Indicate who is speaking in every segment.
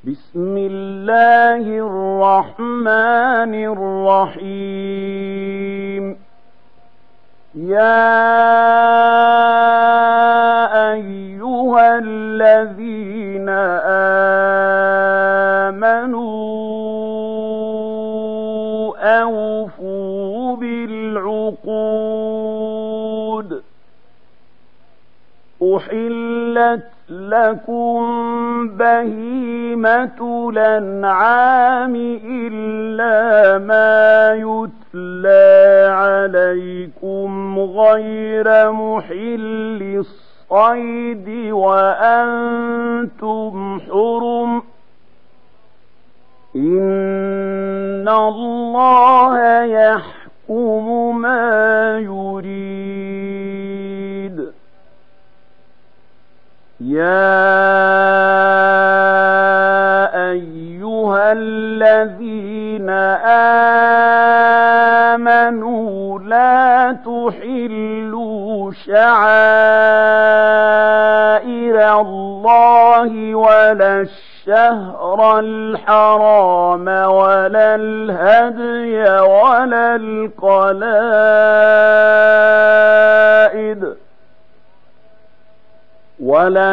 Speaker 1: بسم الله الرحمن الرحيم. يا أيها الذين آمنوا أوفوا بالعقود. أحلت لكم بهيمة الأنعام إلا ما يتلى عليكم غير محل الصيد وأنتم حرم. إن الله يحكم ما يريد. يا أيها الذين آمنوا لا تحلوا شعائر الله ولا الشهر الحرام ولا الهدي ولا القلائد ولا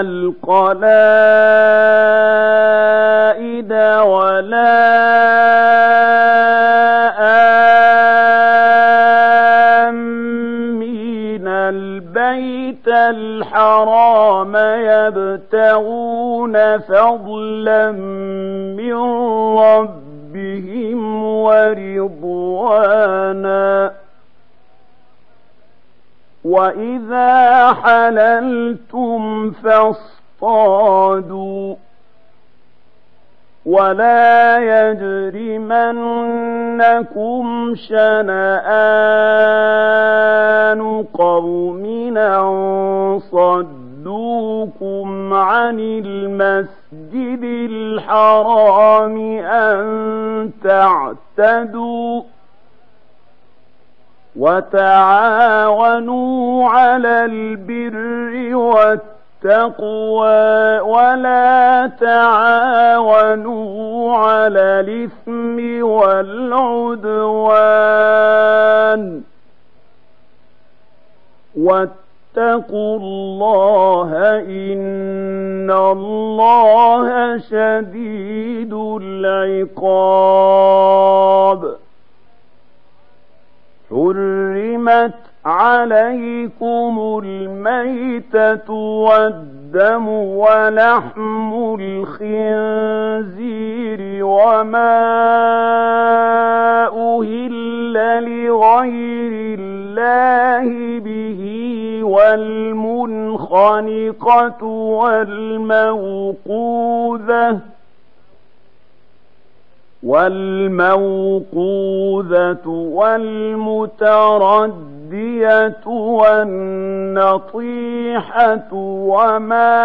Speaker 1: آمين البيت الحرام يبتغون فضلا من ربهم ورضوانا. وإذا حللتم فاصطادوا ولا يجرمنكم شنآن قوم أن صدوكم عن المسجد الحرام أن تعتدوا. وتعاونوا على البر والتقوى ولا تعاونوا على الإثم والعدوان. واتقوا الله إن الله شديد العقاب. حرمت عليكم الميتة والدم ولحم الخنزير وما أهل لغير الله به والمنخنقة والموقوذة والمتردية والنطيحة وما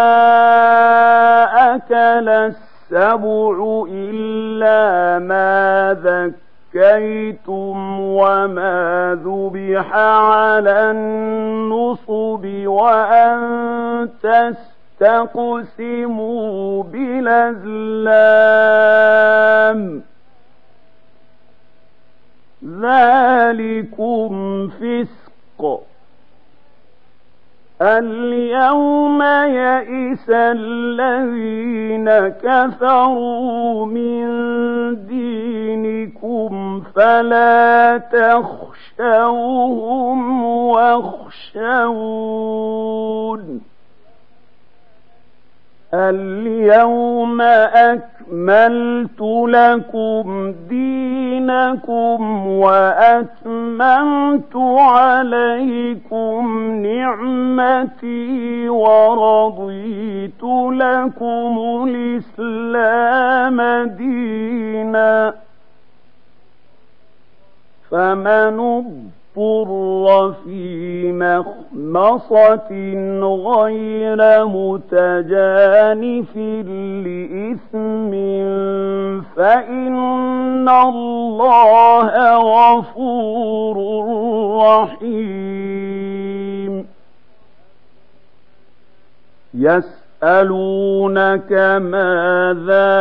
Speaker 1: أكل السبع إلا ما ذكيتم وما ذبح على النصب وأن تقسموا بالأزلام. ذلكم فسق. اليوم يئس الذين كفروا من دينكم فلا تخشوهم واخشون. اليوم أكملت لكم دينكم وأتممت عليكم نعمتي ورضيت لكم الإسلام دينا. فمن اضطر في مخمصة غير متجانف لإثم فإن الله غفور رحيم. يسألونك ماذا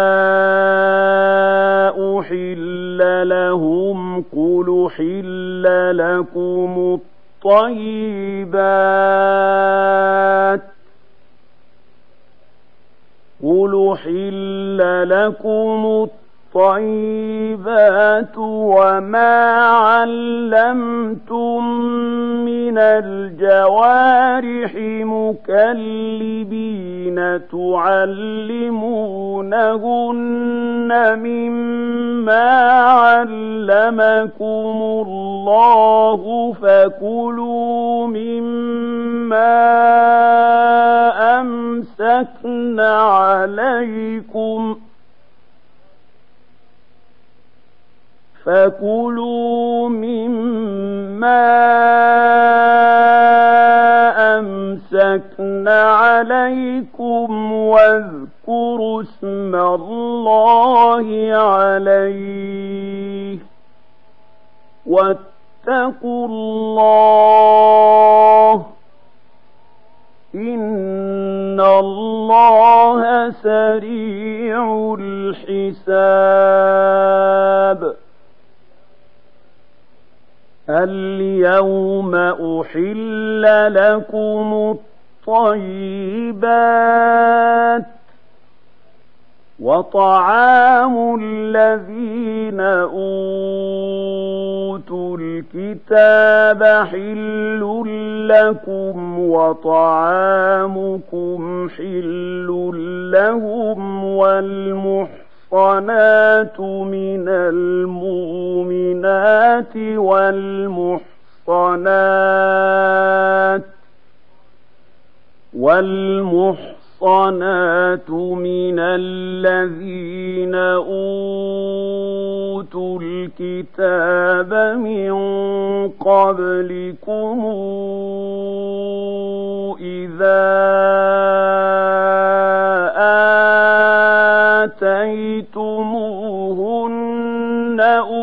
Speaker 1: أحل لهم قل أحل لكم الطيبات وما علمتم من الجوارح مكلبين تعلمونهن مما علمكم الله فكلوا مما أمسكن عليكم واذكروا اسم الله عليه واتقوا الله إن الله سريع الحساب. اليوم أحل لكم الطيبات وطعام الذين أوتوا الكتاب حل لكم وطعامكم حل لهم والمحصنات من المؤمنات والمحصنات من الذين أوتوا الكتاب من قبلكم إذا آتيتموهن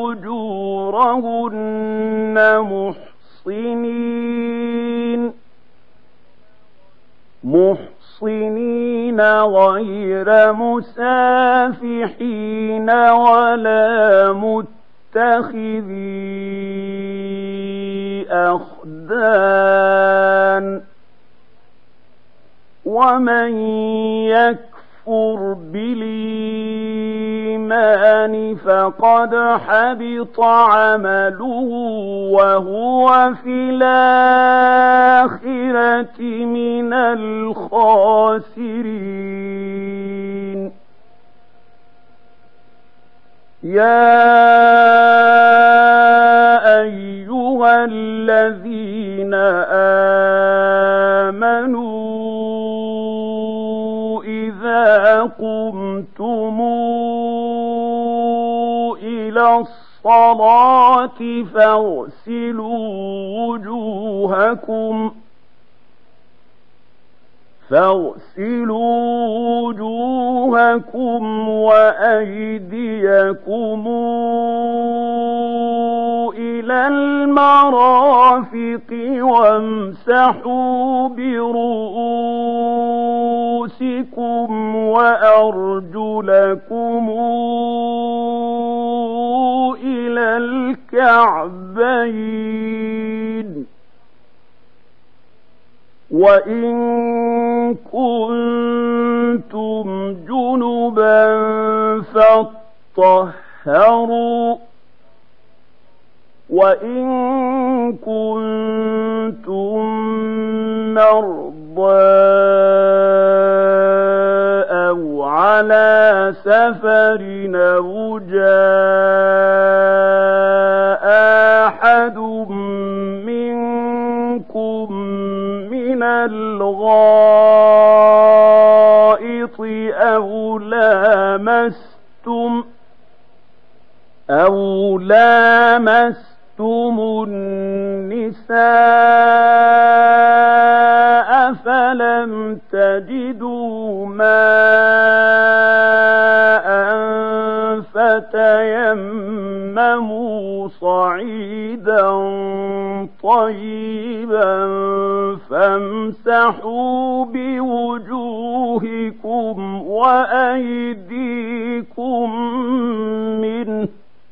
Speaker 1: أجورهن محصنين غير مسافحين ولا متخذي أخدان ومن يكفر بالإيمان فقد حبط عمله وهو في الآخرة من الخاسرين. يا أيها الذين آمنوا إذا قمتم إلى الصلاة فاغسلوا وجوهكم وأيديكم إلى المرافق وامسحوا برؤوسكم وأرجلكم إلى الكعبين وإن كنتم جنبا فاطهروا وإن كنتم مرضى أو على سفر أو جاء أحد منكم من الغائط أو لامستم النساء فلم تجدوا ماء فتيمموا صعيدا طيبا فامسحوا بوجوهكم وأيديكم منه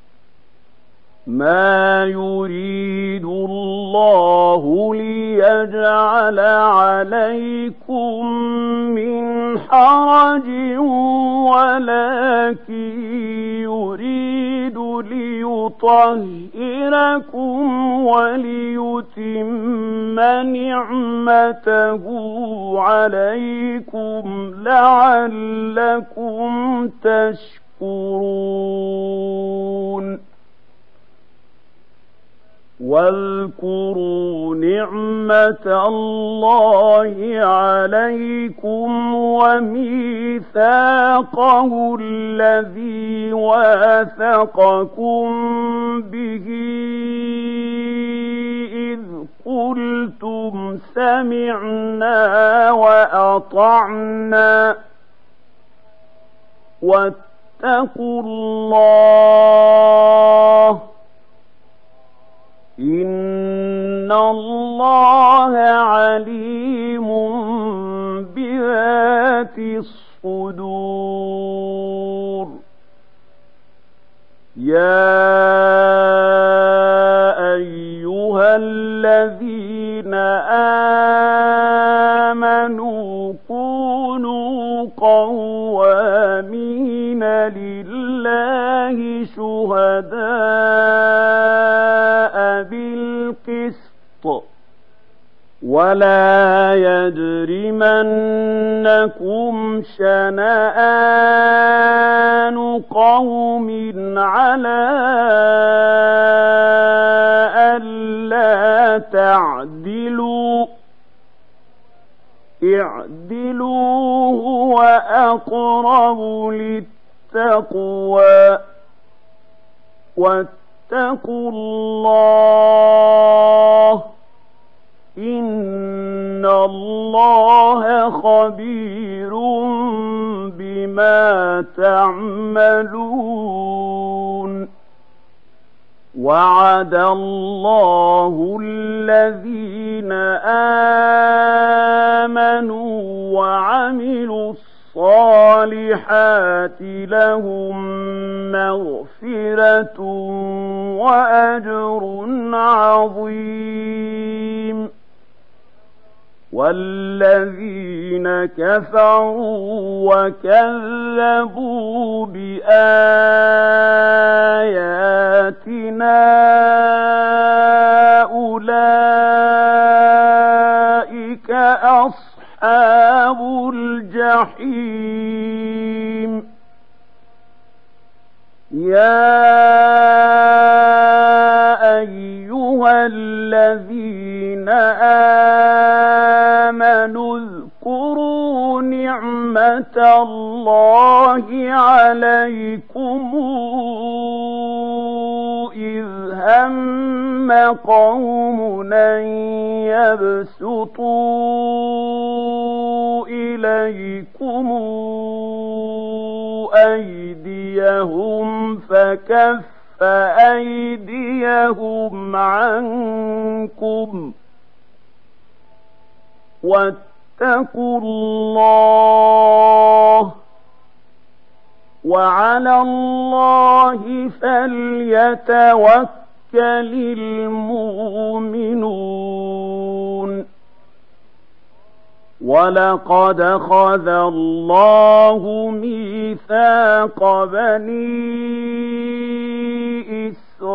Speaker 1: ما يريد الله ليجعل عليكم من حرج ولكن يريد ليطهركم وليتم نعمته عليكم لعلكم تشكرون واذكروا نعمة الله عليكم وميثاقه الذي واثقكم به إذ قلتم سمعنا وأطعنا واتقوا الله إن الله عليم بذات الصدور يا أيها الذين آمنوا كونوا قوامين لله شهداء بالقسط ولا يجرمنكم شنآن قوم على ألا تعدلوا اعدلوا هو أقرب للتقوى واتقوا الله إن الله خبير بما تعملون وعد الله الذين آمنوا وعملوا الصالحات لهم مغفرة وأجر عظيم والذين كفروا وكذبوا بآياتنا أولئك أصحاب الجحيم يا أيها الذين آمنوا اذكروا نعمة الله عليكم إذ هم قوم أن يبسطوا إليكم أيديهم فكف أيديهم عنكم واتقوا الله وعلى الله فليتوكل المؤمنون ولقد أخذ الله ميثاق بني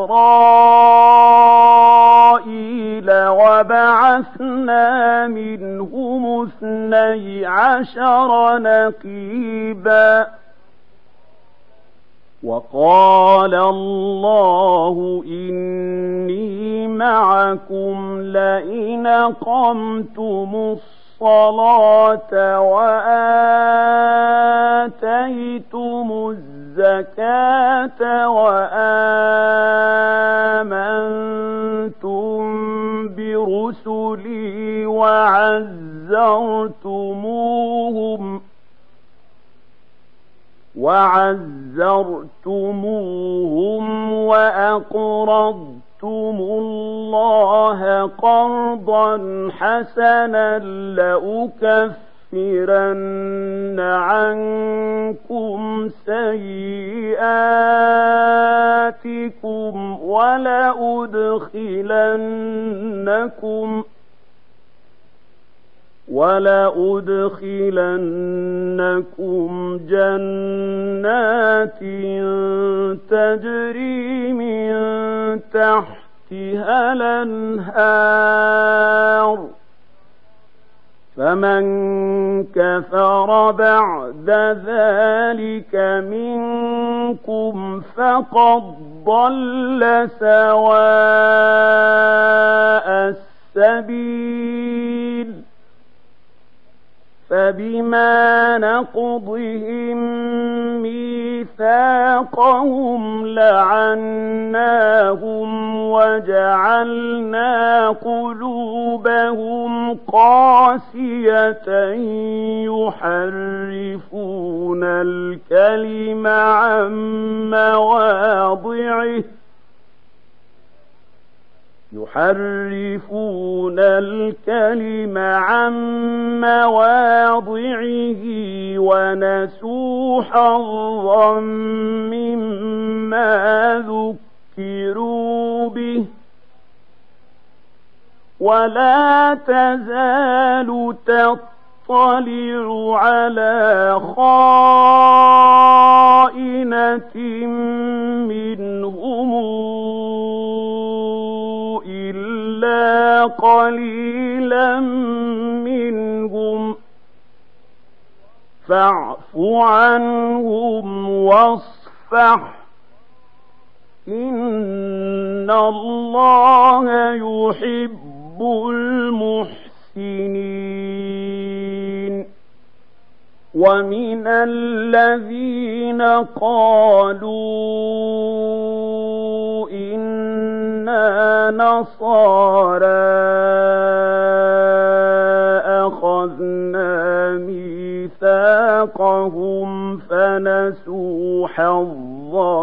Speaker 1: إسرائيل وبعثنا منهم 12 نقيبا وقال الله إني معكم لئن أقمتم الصلاة وآتيتم الزكاة وآمنتم برسلي وعزرتموهم وأقرضتم الله قرضا حسنا لأكفرن عنكم سيئاتكم ولأدخلنكم جنات تجري من تحتها الأنهار فمن كفر بعد ذلك منكم فقد ضل سواء السبيل فبما نقضهم ميثاقهم لعناهم وجعلنا قلوبهم قاسية يحرفون الكلم عن مواضعه ونسوا حظا مما ذكروا به ولا تزال تطلع على خائنة منهم إلا قليلا منهم فاعف عنهم واصفح إن الله يحب المحسنين ومن الذين قالوا إنا نصارى أخذنا ميثاقهم فنسوا حظا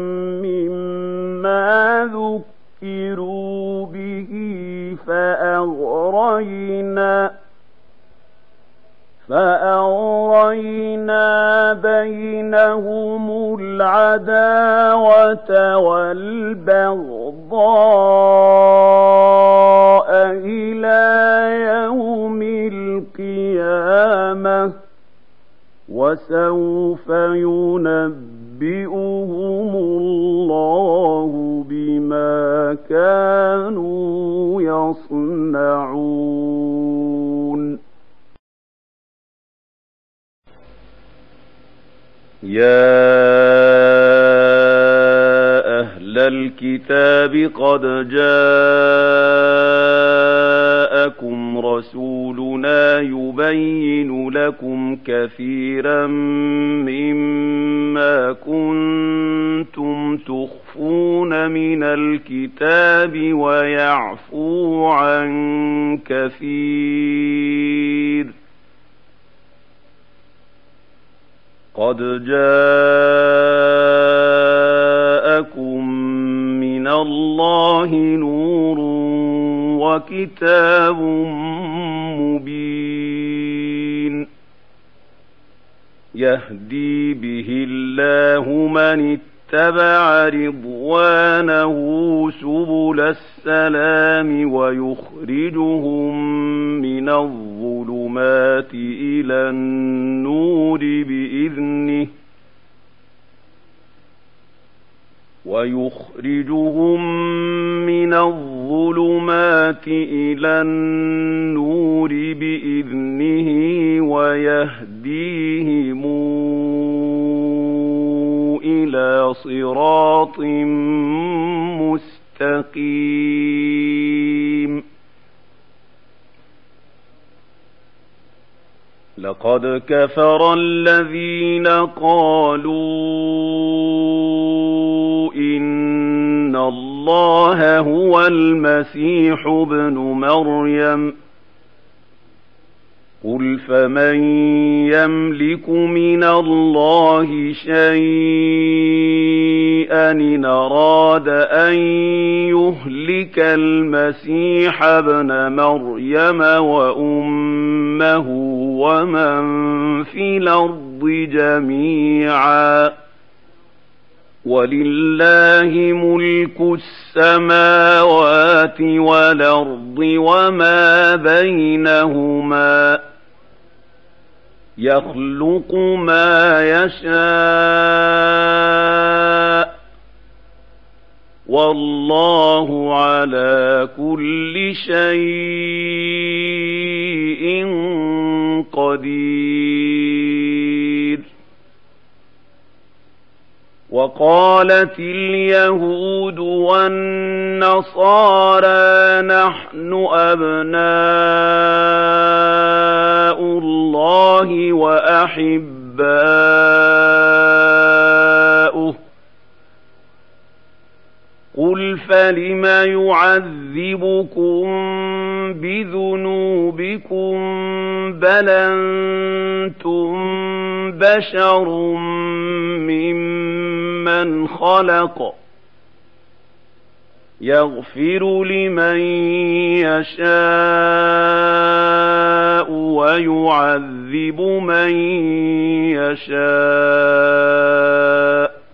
Speaker 1: مما ذكروا به فأغرينا بينهم العداوة والبغضاء إلى يوم القيامة وسوف ينبئهم الله بما كانوا يصنعون يا أهل الكتاب قد جاءكم رسولنا يبين لكم كثيرا مما كنتم تخفون من الكتاب ويعفو عن كثير قد جاءكم من الله نور وكتاب مبين يهدي به الله من اتبع رضوانه سبل السلام ويخرجهم من الظلمات إلى النور بإذنه ويهديهم إلى صراط مستقيم لقد كفر الذين قالوا إن الله هو المسيح ابن مريم قُلْ فَمَن يَمْلِكُ مِنَ اللَّهِ شَيْئًا إِنْ أَرَادَ أَن يُهْلِكَ الْمَسِيحَ ابْنَ مَرْيَمَ وَأُمَّهُ وَمَن فِي الْأَرْضِ جَمِيعًا ۗ وَلِلَّهِ مُلْكُ السَّمَاوَاتِ وَالْأَرْضِ وَمَا بَيْنَهُمَا ۚ يَخْلُقُ مَا يَشَاءُ ۚ وَاللَّهُ عَلَىٰ كُلِّ شَيْءٍ قَدِيرٌ. وَقَالَتِ الْيَهُودُ وَالنَّصَارَىٰ نَحْنُ أَبْنَاءُ اللَّهِ وَأَحِبَّاؤُهُ ۚ قُلْ فَلِمَ يُعَذِّبُكُم بِذُنُوبِكُم ۖ بَلْ أَنتُم بَشَرٌ مِّمَّنْ خَلَقَ ۚ يَغْفِرُ لِمَن يَشَاءُ وَيُعَذِّبُ مَن يَشَاءُ ۚ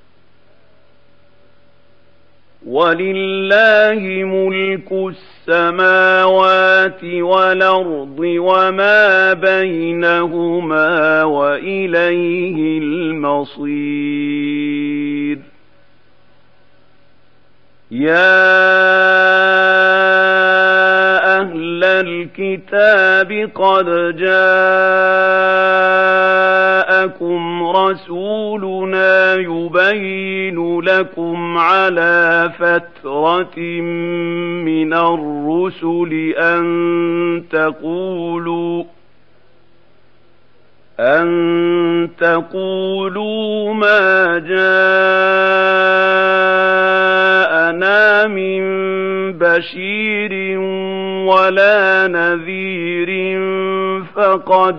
Speaker 1: وَلِلَّهِ مُلْكُ السَّمَاوَاتِ وَالْأَرْضِ وَمَا بَيْنَهُمَا ۖ وَإِلَيْهِ الْمَصِيرُ. يَا أَهْلَ الْكِتَابِ قَدْ جَاءَكُمْ رَسُولُنَا يُبَيِّنُ لَكُمْ عَلَىٰ فَتْرَةٍ مِّنَ الرُّسُلِ أَن تَقُولُوا مَا جَاءَنَا مِن بَشِيرٍ وَلَا نَذِيرٍ فَقَدْ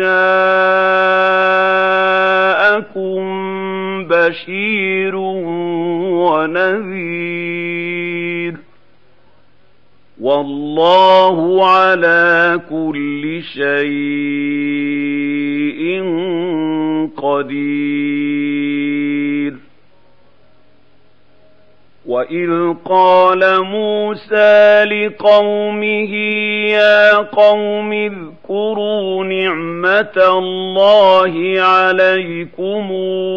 Speaker 1: جَاءَكُم بَشِيرٌ وَنَذِيرٌ ۗ وَاللَّهُ عَلَىٰ كُلِّ شَيْءٍ قَدِيرٌ. وَإِذْ قَالَ مُوسَىٰ لِقَوْمِهِ يَا قَوْمِ اذْكُرُوا نِعْمَةَ اللَّهِ عَلَيْكُمْ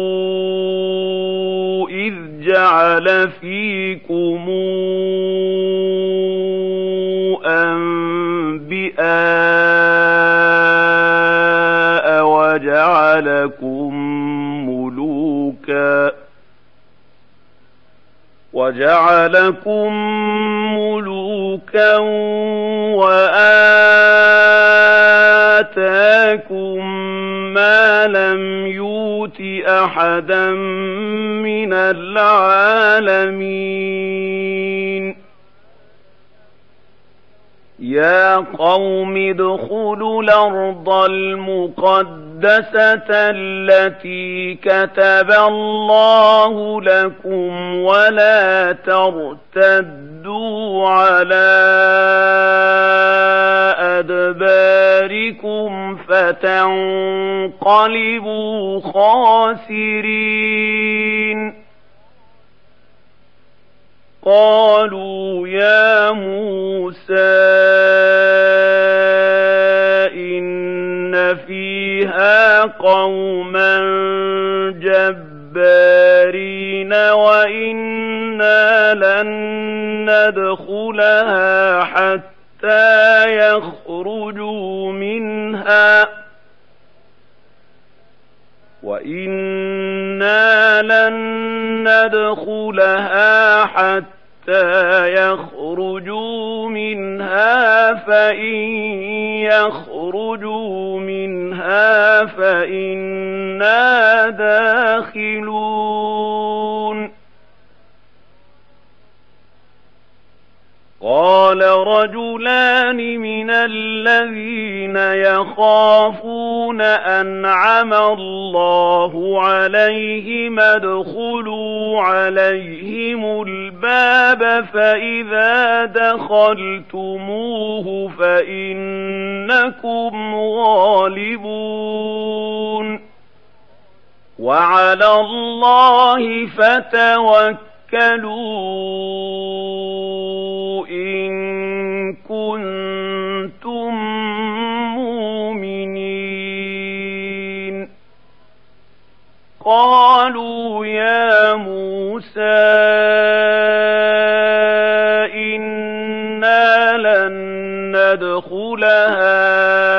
Speaker 1: إِذْ جَعَلَ فِيكُمْ أَنبِيَاءَ وَجَعَلَكُم مُّلُوكًا وَآتَاكُم مَّا لَمْ يُؤْتِ أَحَدًا مِّنَ الْعَالَمِينَ. يَا قَوْمِ ادْخُلُوا الْأَرْضَ الْمُقَدَّسَةَ الَّتِي كَتَبَ اللَّهُ لَكُمْ وَلَا تَرْتَدُّوا عَلَىٰ أَدْبَارِكُمْ فَتَنقَلِبُوا خَاسِرِينَ. قَالُوا يَا مُوسَىٰ إِنَّ فِيهَا قَوْمًا جَبَّارِينَ وَإِنَّا لَن نَّدْخُلَهَا حَتَّىٰ يَخْرُجُوا مِنْهَا فَإِن يَخْرُجُوا مِنْهَا فَإِنَّا دَاخِلُونَ. قَالَ رَجُلَانِ مِنَ الَّذِينَ الذين يخافون أنعم الله عليهم ادخلوا عليهم الباب فإذا دخلتموه فإنكم غالبون وعلى الله فتوكلوا إن كنتم مؤمنين قالوا يا موسى إنا لن ندخلها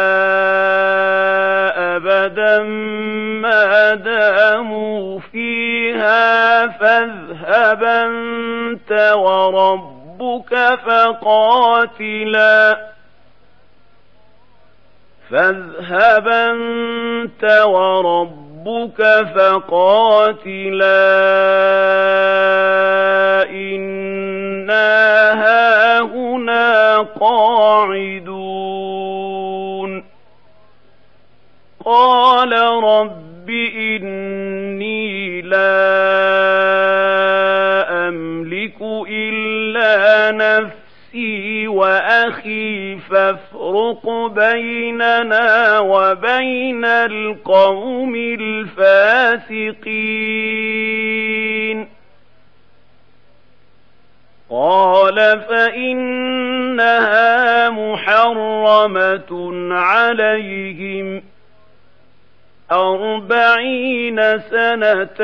Speaker 1: أبدا ما داموا فيها فاذهب أنت وربك فقاتلا إنا هاهنا قاعدون قال رب إني لا أملك إلا نفسي وأخي فافرق بيننا وبين القوم الفاسقين قال فإنها محرمة عليهم 40 سنة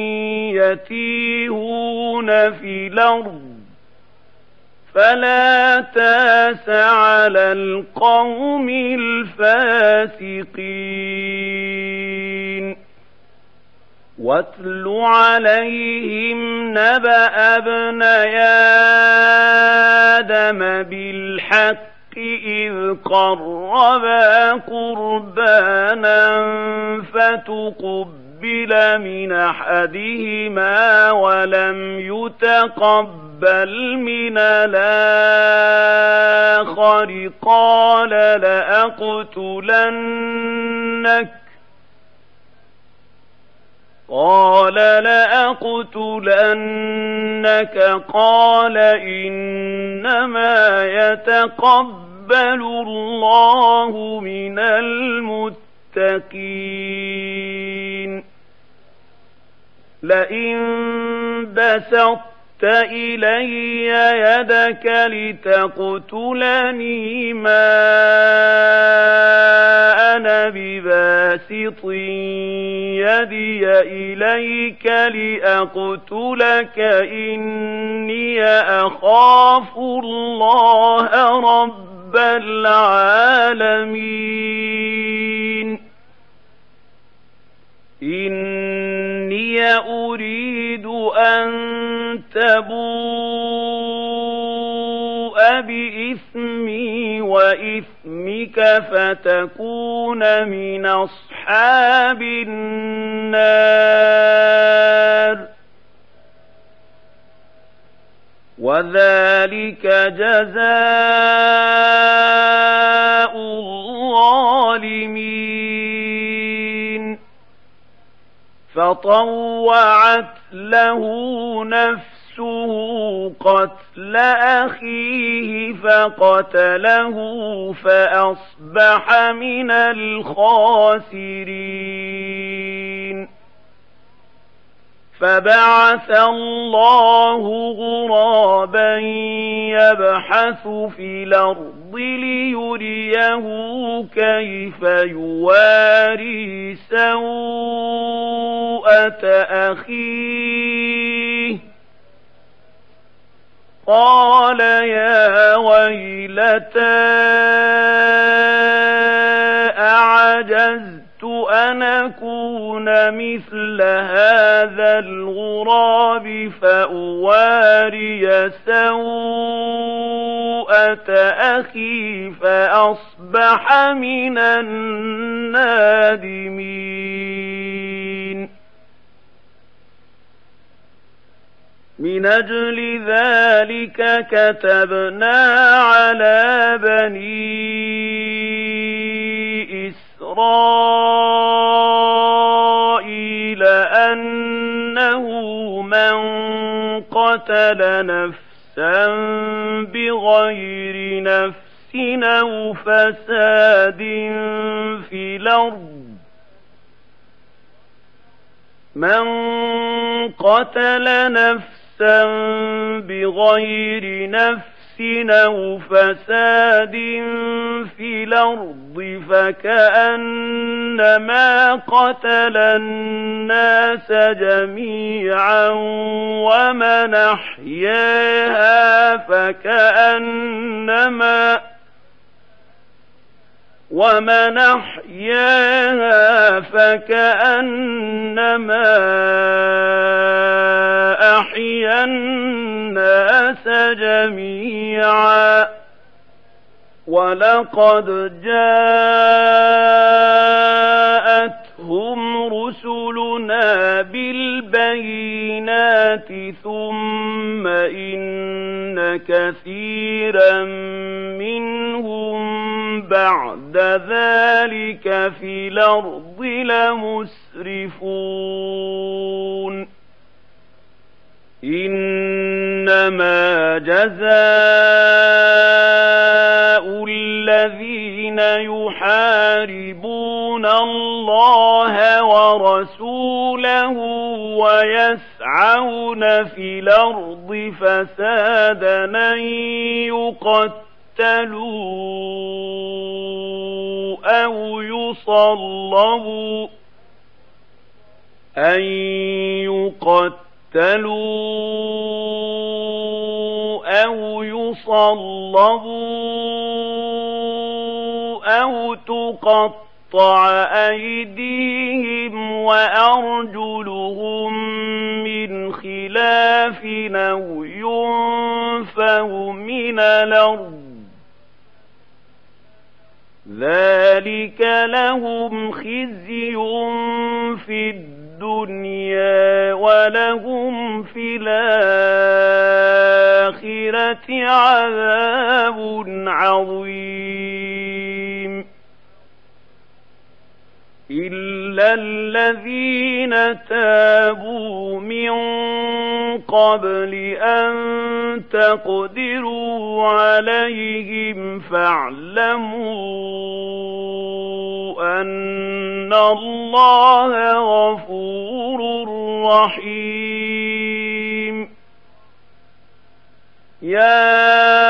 Speaker 1: يتيهون في الأرض فلا تاس على القوم الفاسقين واتل عليهم نبأ ابني آدم بالحق إذ قربا قربانا فتقبل من أحدهما ولم يتقبل من الآخر قال لأقتلنك قال إنما يتقبل الله من المتقين لئن بسطت إلي يدك لتقتلني ما أنا بباسط يدي إليك لأقتلك إني أخاف الله رب العالمين إني أريد أن تبوء بإثمي وإثمك فتكون من أصحاب النار وذلك جزاء الظالمين فطوعت له نفسه قتل أخيه فقتله فأصبح من الخاسرين فبعث الله غرابا يبحث في الأرض ليريه كيف يواري سوءة أخيه قال يا ويلتى أعجزت أن أكون مثل هذا الغراب فأواري سوءة أخي فأصبح من النادمين من أجل ذلك كتبنا على بني إسرائيل أنه من قتل نفسا بغير نفس أو فساد في الأرض من قتل نفسا بغير نفس أو فساد في الأرض فكأنما قتل الناس جميعا ومن أحياها فكأنما أحيا الناس جميعا ولقد جاءتهم رسلنا بالبينات ثم إن كثيرا منهم بعد ذلك في الأرض لمسرفون إنما جزاء الذين يحاربون الله ورسوله ويسعون في الأرض فسادا أن يقتلوا أو يصلبوا أو تقطع أيديهم وأرجلهم من خلاف أو ينفوا من الأرض ذلك لهم خزي في الدنيا ولهم في الآخرة عذاب عظيم إلا الذين تابوا من قبل أن تقدروا عليهم فاعلموا أن الله غفور رحيم يا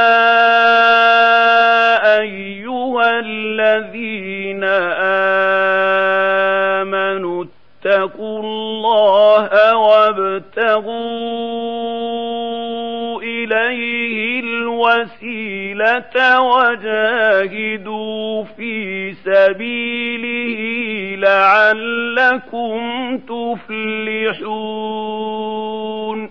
Speaker 1: أيها الذين آمنوا اتقوا الله وابتغوا إليه الوسيلة وجاهدوا في سبيله لعلكم تفلحون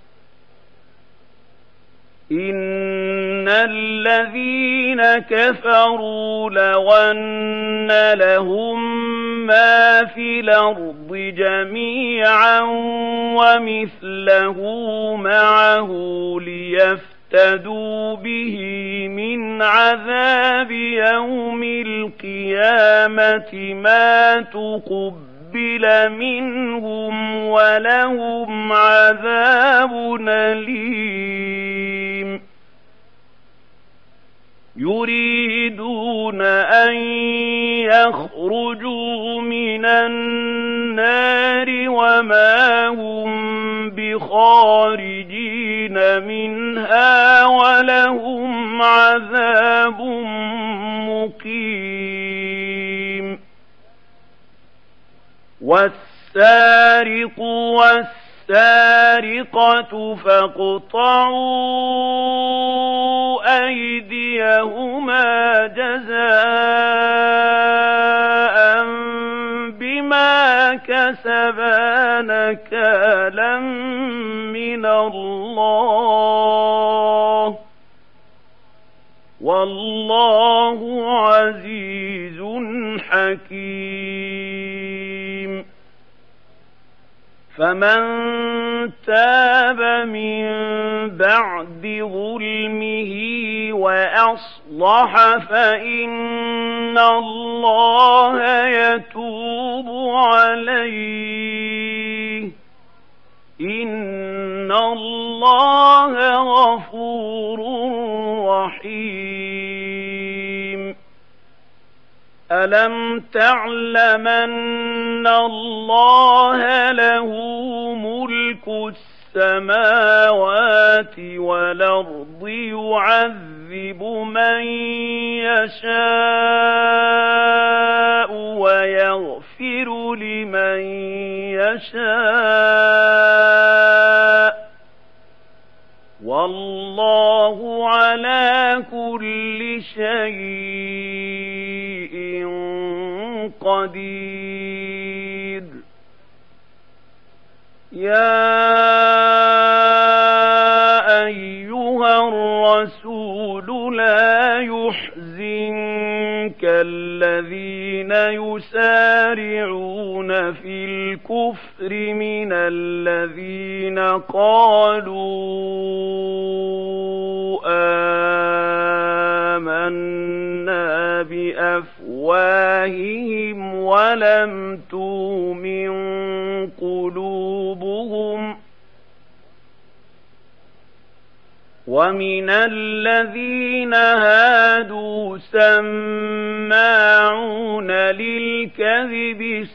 Speaker 1: إن الذين كفروا لو أن لهم ما في الأرض جميعا ومثله معه ليفتدوا به من عذاب يوم القيامة ما تقبل منهم ولهم عذاب أليم يريدون أن يخرجوا من النار وما هم بخارجين منها ولهم عذاب مقيم والسارق والسارقة فاقطعوا أيديهما جزاء بما كسبا نكالا من الله والله عزيز حكيم فمن تاب من بعد ظلمه وأصلح فإن الله يتوب عليه إن الله غفور رحيم ألم تعلم أن الله له ملك السماوات والأرض يعذب من يشاء ويغفر لمن يشاء والله على كل شيء قدير يا أيها الرسول لا يحزنك الذين يسارعون في الكفر من الذين قالوا آمنا بأفواههم ولم تؤمن قلوبهم ومن الذين هادوا سماعون للكذب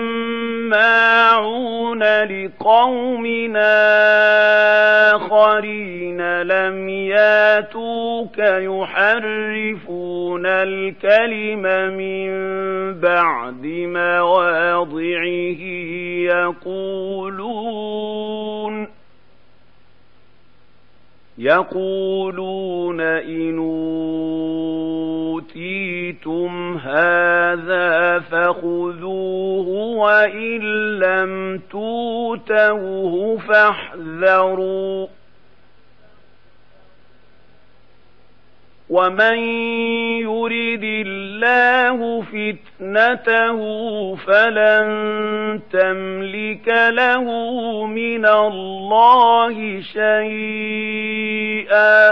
Speaker 1: سماعون لقوم آخرين لم ياتوك يحرفون الكلم من بعد مواضعه يقولون إن أوتيتم هذا فخذوه وإن لم تؤتوه فاحذروا ومن يرد الله فتنته فلن تملك له من الله شيئا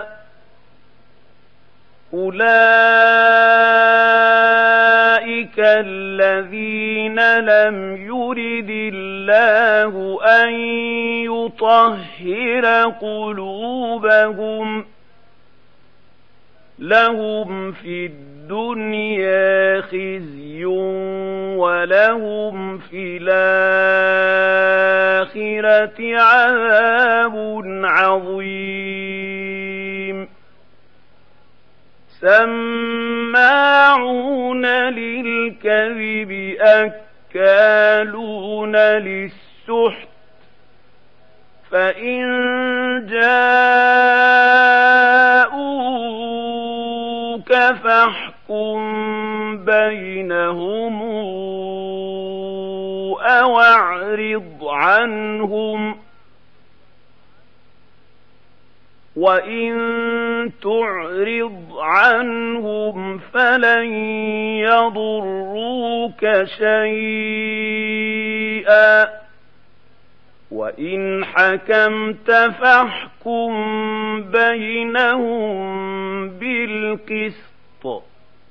Speaker 1: أولئك الذين لم يرد الله أن يطهر قلوبهم لهم في الدنيا خزي ولهم في الآخرة عذاب عظيم سماعون للكذب أكالون للسحت فإن جاءوك فاحكم بينهم أو أعرض عنهم وإن تعرض عنهم فلن يضروك شيئا وإن حكمت فاحكم بينهم بالقسط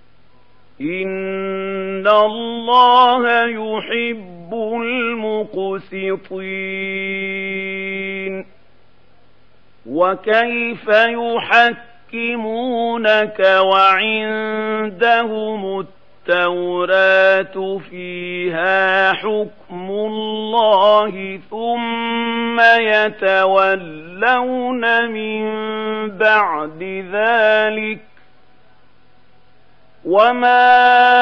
Speaker 1: إن الله يحب المقسطين وكيف يحكمونك وعندهم التوراة فيها حكم الله ثم يتولون من بعد ذلك وما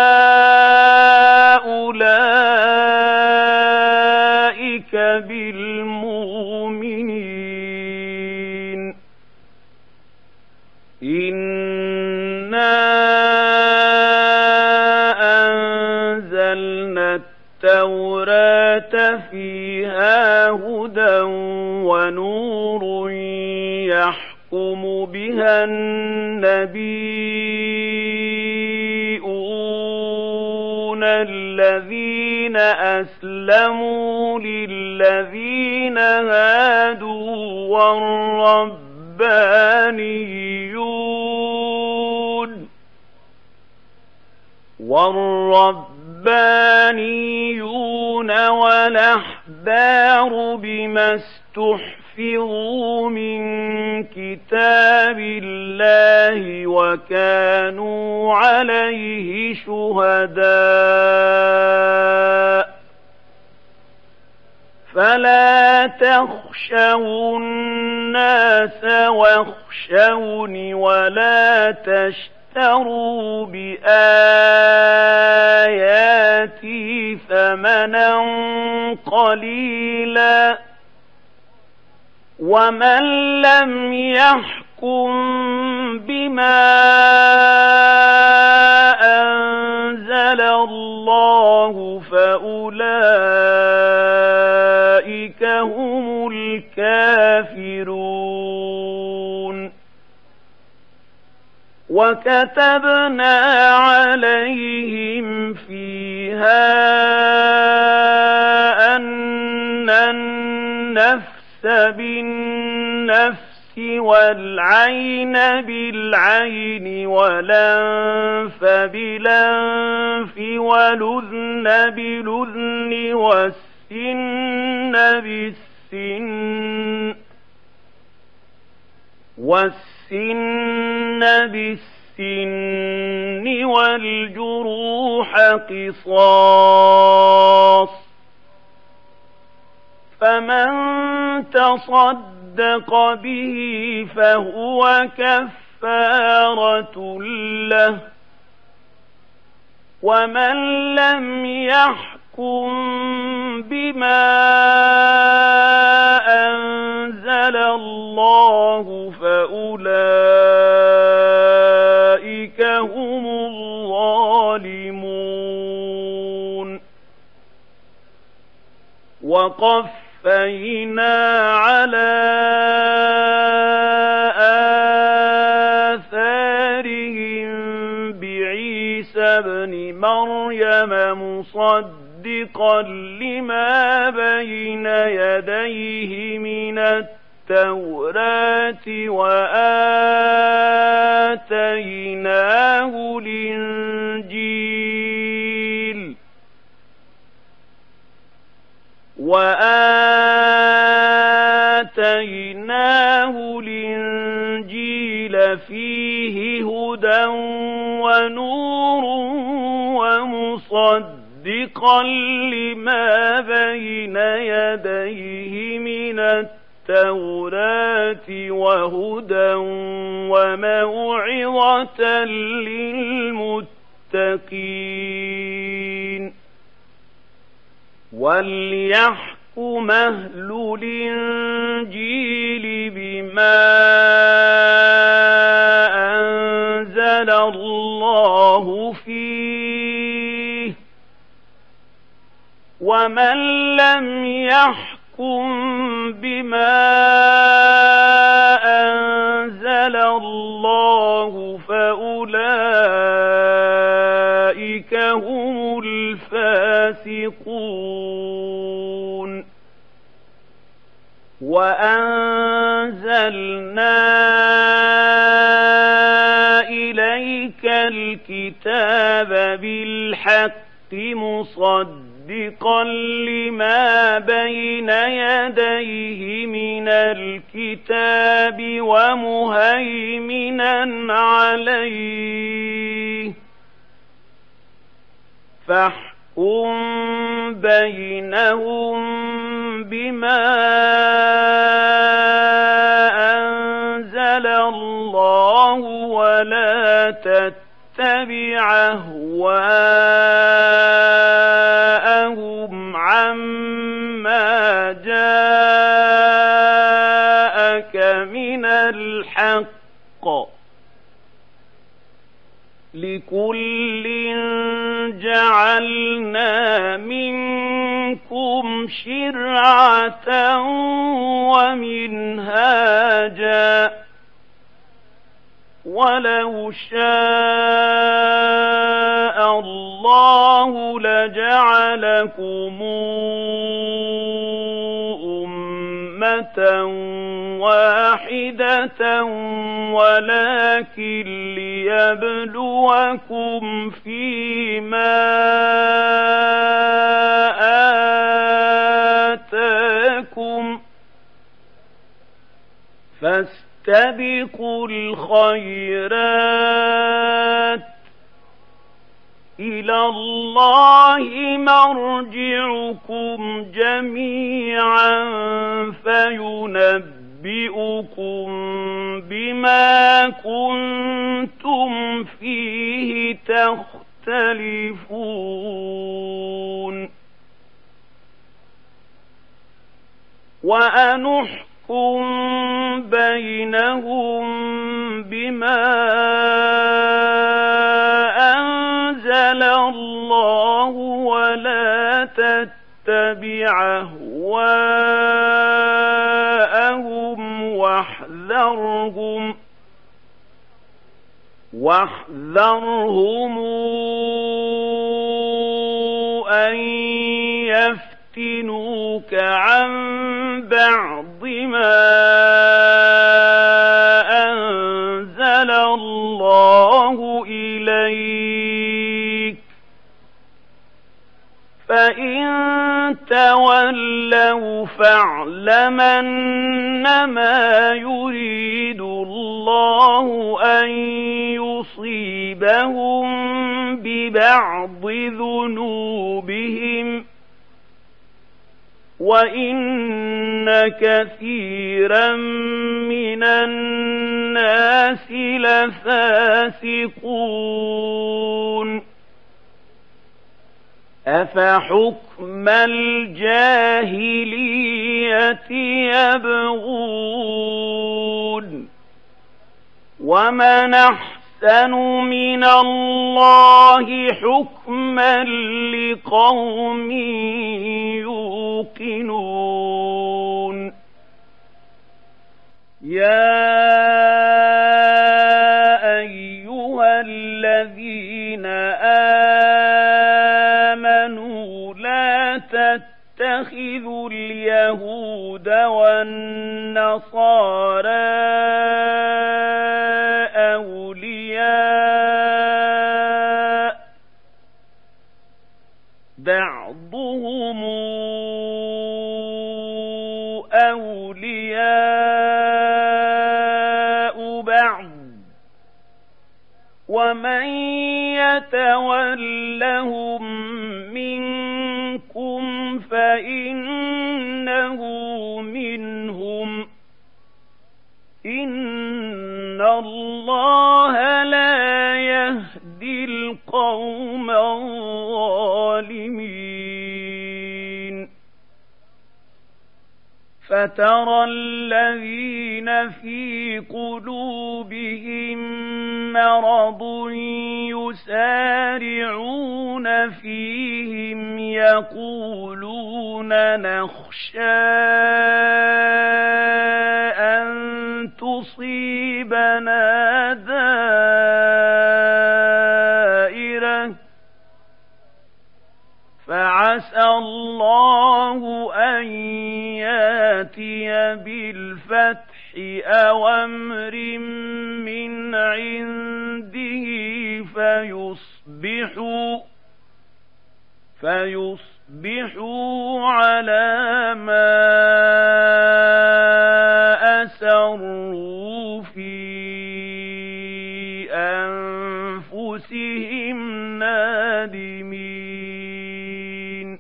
Speaker 1: أولئك بالمؤمنين إنا أنزلنا التوراة فيها هدى ونور يحكم بها النبيون الذين أسلموا للذين هادوا والربانيون والربانيون والأحبار بما استحفظوا من كتاب الله وكانوا عليه شهداء فلا تخشوا الناس واخشوني ولا تشتروا بآياتي ثمنا قليلا ومن لم يحكم بما أنزل الله فأولئك هم الكافرون وكتبنا عليهم فيها أن النفس بالنفس والعين بالعين والأنف بالأنف والأذن بالأذن والسن بالسن والجروح قصاص فمن تصدق به فهو كفارة له ومن لم يحكم بما أنزل الله فأولئك هم الظالمون وقفينا على آثارهم بعيسى ابن مريم مصدقا لما بين يديه من التوراة وآتيناه الإنجيل فيه هدى ونور ومصدقا لما بين يديه من التوراة وهدى وموعظة للمتقين وليحكم أهل الإنجيل بما أنزل الله فيه ومن لم يحكم بما أنزل الله فأولئك هم الفاسقون وأنزلنا إليك الكتاب بالحق مصدقا لما بين يديه من الكتاب ومهيمنا عليه فاحكم بينهم بما أنزل الله ولا تتبع أهواءهم عما جاءك من الحق لكل جعلنا منكم شرعة ومنهاجا ولو شاء الله لجعلكم أمة واحدة ولكن ليبلوكم فيما آتاكم فاستبقوا الخيرات إلى الله مرجعكم جميعا فينبئكم بما كنتم فيه تختلفون وأنحكم بينهم بما أنزل الله ولا تتبع أهواءهم واحذرهم أن يفتنوك عن بعض ما أنزل الله إليك فإن تولوا فاعلم أنما يريد الله أن يصيبهم ببعض ذنوبهم وإن كثيرا من الناس لفاسقون أفحكم الجاهلية يبغون ومن أحسن من الله حكما لقوم يوقنون يا أيها الذين آمنوا لا تتخذوا اليهود والنصارى أولياء بعضهم أولياء بعض ومن يتولهم منكم فإنه منهم إن الله لا يهدي القوم الظالمين فترى الذين في قلوبهم مرض يسارعون فيهم يقولون نخشى أن تصيبنا دائرة فعسى الله أن ياتي بالفتح أو أمر من عنده فيصبحوا على ما أسروا في أنفسهم نادمين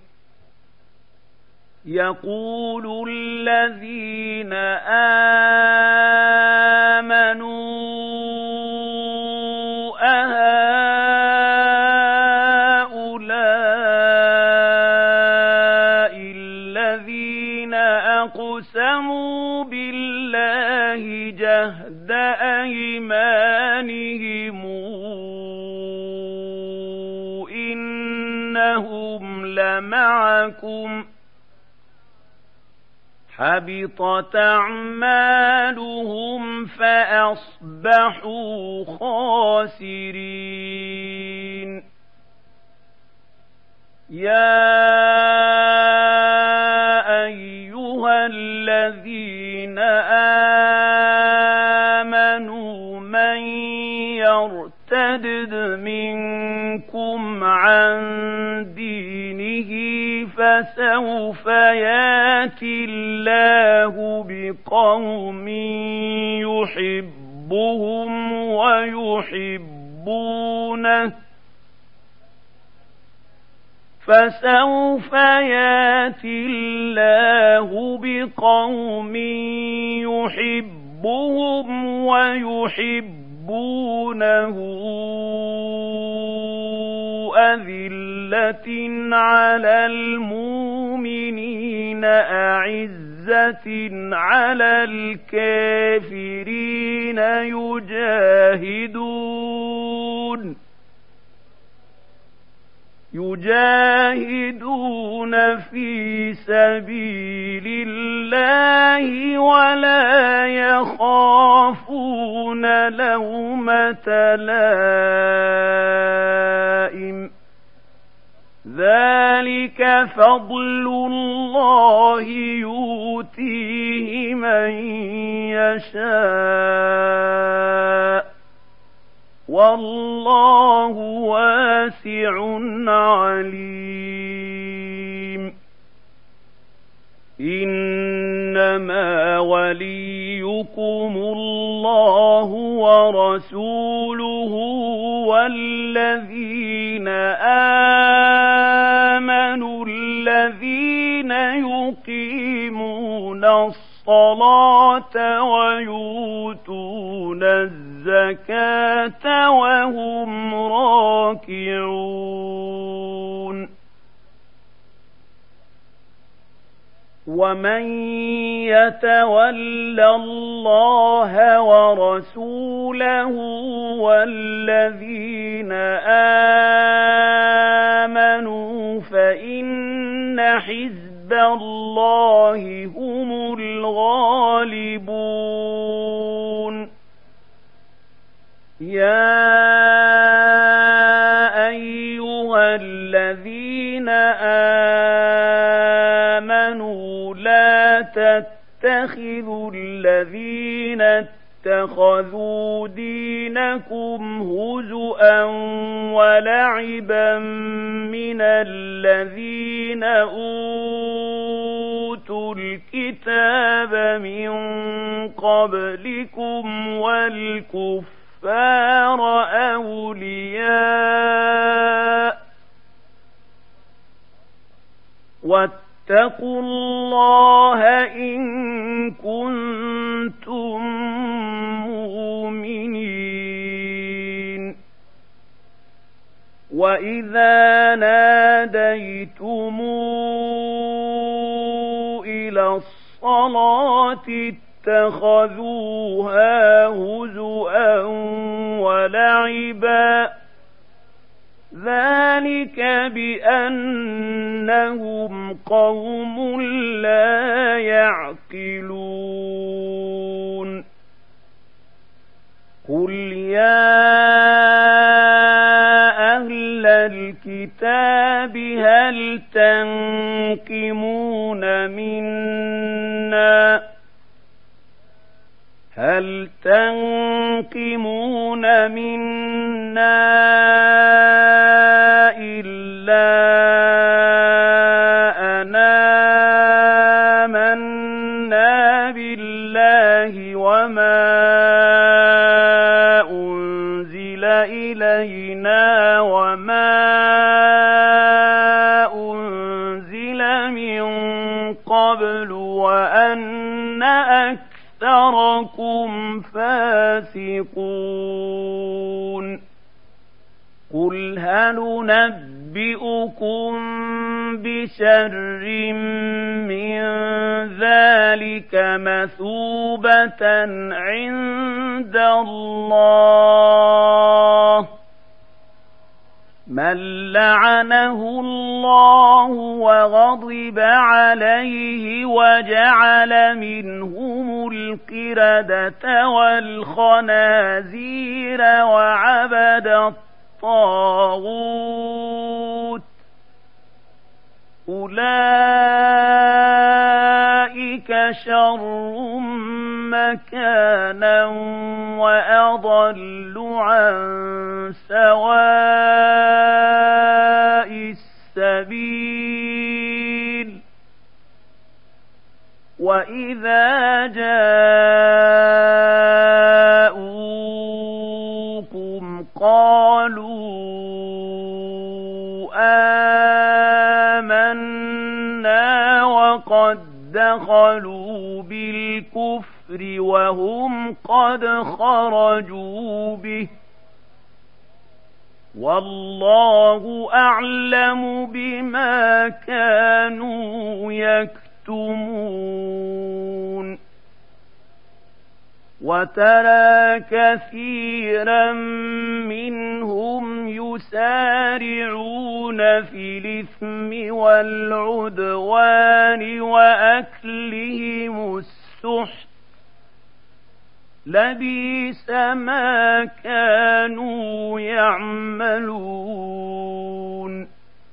Speaker 1: يقول الذين آمنوا أهؤلاء الذين أقسموا بالله جهد أيمانهم إنهم لمعكم حبطت أعمالهم فأصبحوا خاسرين يا أيها الذين الذين آمنوا من يرتد منكم عن دينه فسوف يأتي الله بقوم يحبهم ويحبونه فسوف يأتي الله بقوم يحبهم ويحبونه أذلة على المؤمنين أعزة على الكافرين يجاهدون في سبيل الله ولا يخافون لومة لائم ذلك فضل الله يؤتيه من يشاء والله واسع عليم إنما وليكم الله ورسوله والذين آمنوا الذين يقيمون الصلاة ويؤتون الزكاة وهم راكعون ومن يتول الله ورسوله والذين آمنوا فإن حزب الله هم الغالبون يا أيها الذين آمنوا لا تتخذوا الذين اتخذوا دينكم هزؤا ولعبا من الذين أوتوا الكتاب من قبلكم والكفار أولياء واتقوا الله إن كنتم مؤمنين وإذا ناديتم إلى الصلاة اتخذوها هزؤا ولعبا ذلك بأنهم قوم لا يعقلون قل يا أهل الكتاب هل تنقمون منا إلا أن آمنا بالله وما أنزل إلينا وما أنزل من قبل وأن أكثركم فاسقون قل هل ننبئكم بشر من ذلك مثوبة عند الله من لعنه الله وغضب عليه وجعل منهم القردة والخنازير وعبد الطاغوت أولئك شر مكانا وأضل عن سواء السبيل وإذا جاءوكم قالوا آمنا وقد دخلوا بالكفر وهم قد خرجوا به والله أعلم بما كانوا يكتمون وترى كثيرا منهم يسارعون في الإثم والعدوان وأكلهم السحت لبئس ما كانوا يعملون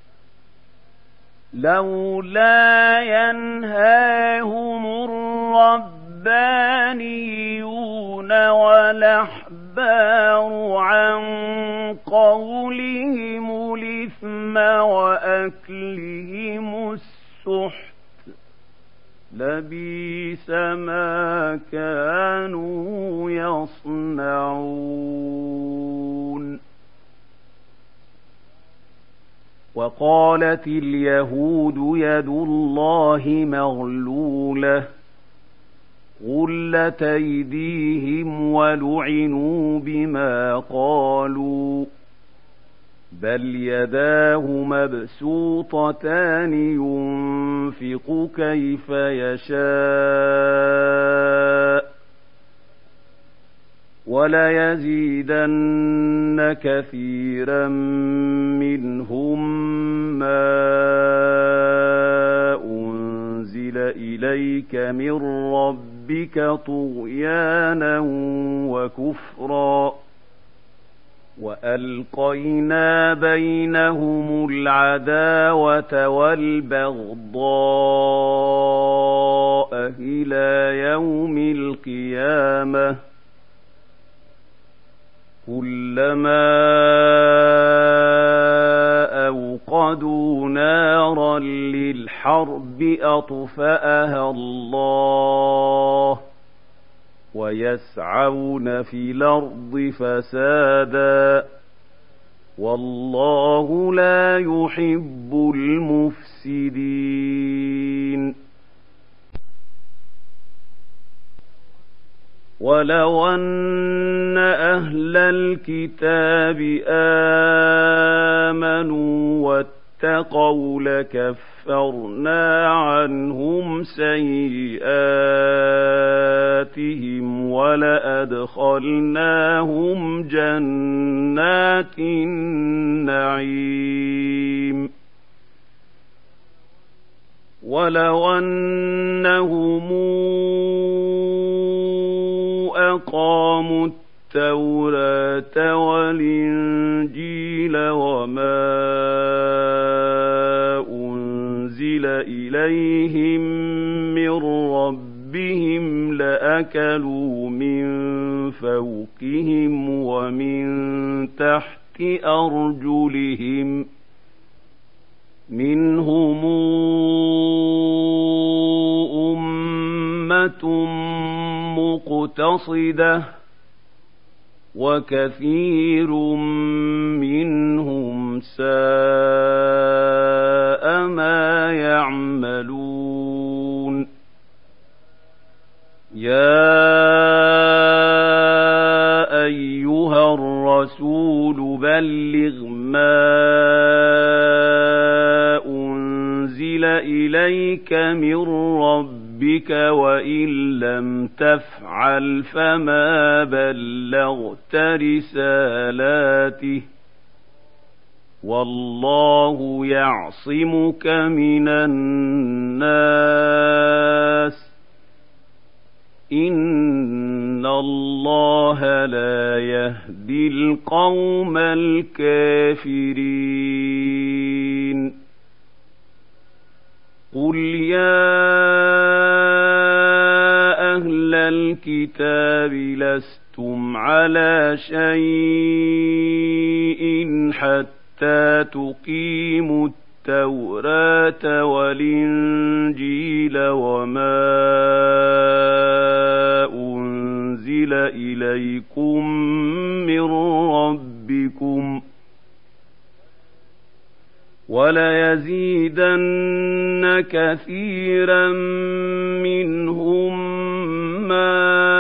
Speaker 1: لولا ينهاهم الربانيون والأحبار عن قولهم الإثم وأكلهم السحت لبئس ما كانوا يصنعون وقالت اليهود يد الله مغلولة غلت أيديهم ولعنوا بما قالوا بل يداه مبسوطتان ينفق كيف يشاء وليزيدن كثيرا منهم ما أنزل إليك من ربك طغيانا وكفرا وألقينا بينهم العداوة والبغضاء إلى يوم القيامة كلما أوقدوا نارا للحرب أطفأها الله ويسعون في الأرض فسادا والله لا يحب المفسدين ولو أن أهل الكتاب آمنوا واتقوا لكفرنا عنهم سيئاتهم ولأدخلناهم جنات النعيم ولو أنهم أقاموا التوراة والإنجيل وما أنزل إليهم من ربهم لأكلوا من فوقهم ومن تحت أرجلهم منهم أمة مقتصدة وكثير منهم ساء ما يعملون يا أيها الرسول بلغ ما أنزل إليك من ربك وإن لم تفعل فما بلغت رسالاته والله يعصمك من الناس إن الله لا يهدي القوم الكافرين قُلْ يَا أَهْلَ الْكِتَابِ لَسْتُمْ عَلَىٰ شَيْءٍ حَتَّىٰ تُقِيمُوا التَّوْرَاةَ وَالْإِنجِيلَ وَمَا أُنزِلَ إِلَيْكُم مِّن رَّبِّكُمْ ۗ وَلَيَزِيدَنَّ كَثِيرًا مِّنْهُم مَّا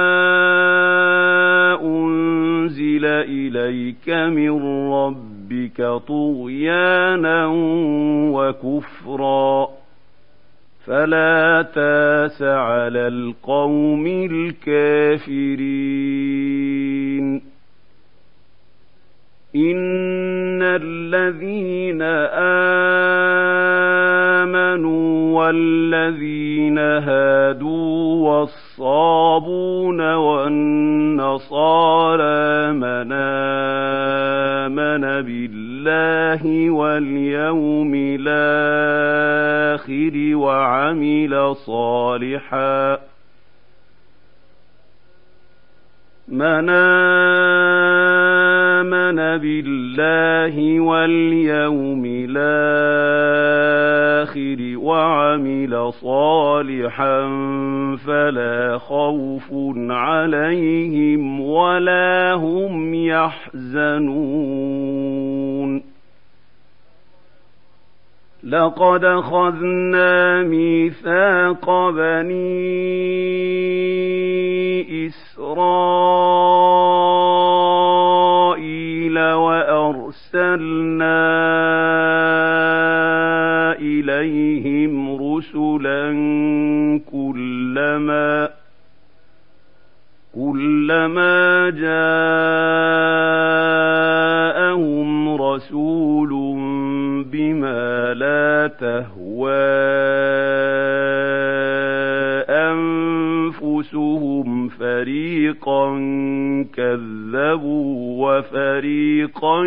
Speaker 1: أُنزِلَ إِلَيْكَ مِن رَّبِّكَ طُغْيَانًا وَكُفْرًا ۖ فَلَا تَأْسَ عَلَى الْقَوْمِ الْكَافِرِينَ إِنَّ الَّذِينَ آمَنُوا وَالَّذِينَ هَادُوا وَالصَّابُونَ وَالنَّصَارَىٰ مَنْ آمَنَ بِاللَّهِ وَالْيَوْمِ الْآخِرِ وَعَمِلَ صَالِحًا فَلَا خَوْفٌ عَلَيْهِمْ وَلَا هُمْ يَحْزَنُونَ لَقَدْ أَخَذْنَا مِيثَاقَ بَنِي إِسْرَائِيلَ وَأَرْسَلْنَا إِلَيْهِمْ رُسُلًا كُلَّمَا جَاءَهُمْ رَسُولٌ بِمَا لَا تَهْوَىٰ أَنفُسُهُمْ فَرِيقًا كَذَّبُوا وَفَرِيقًا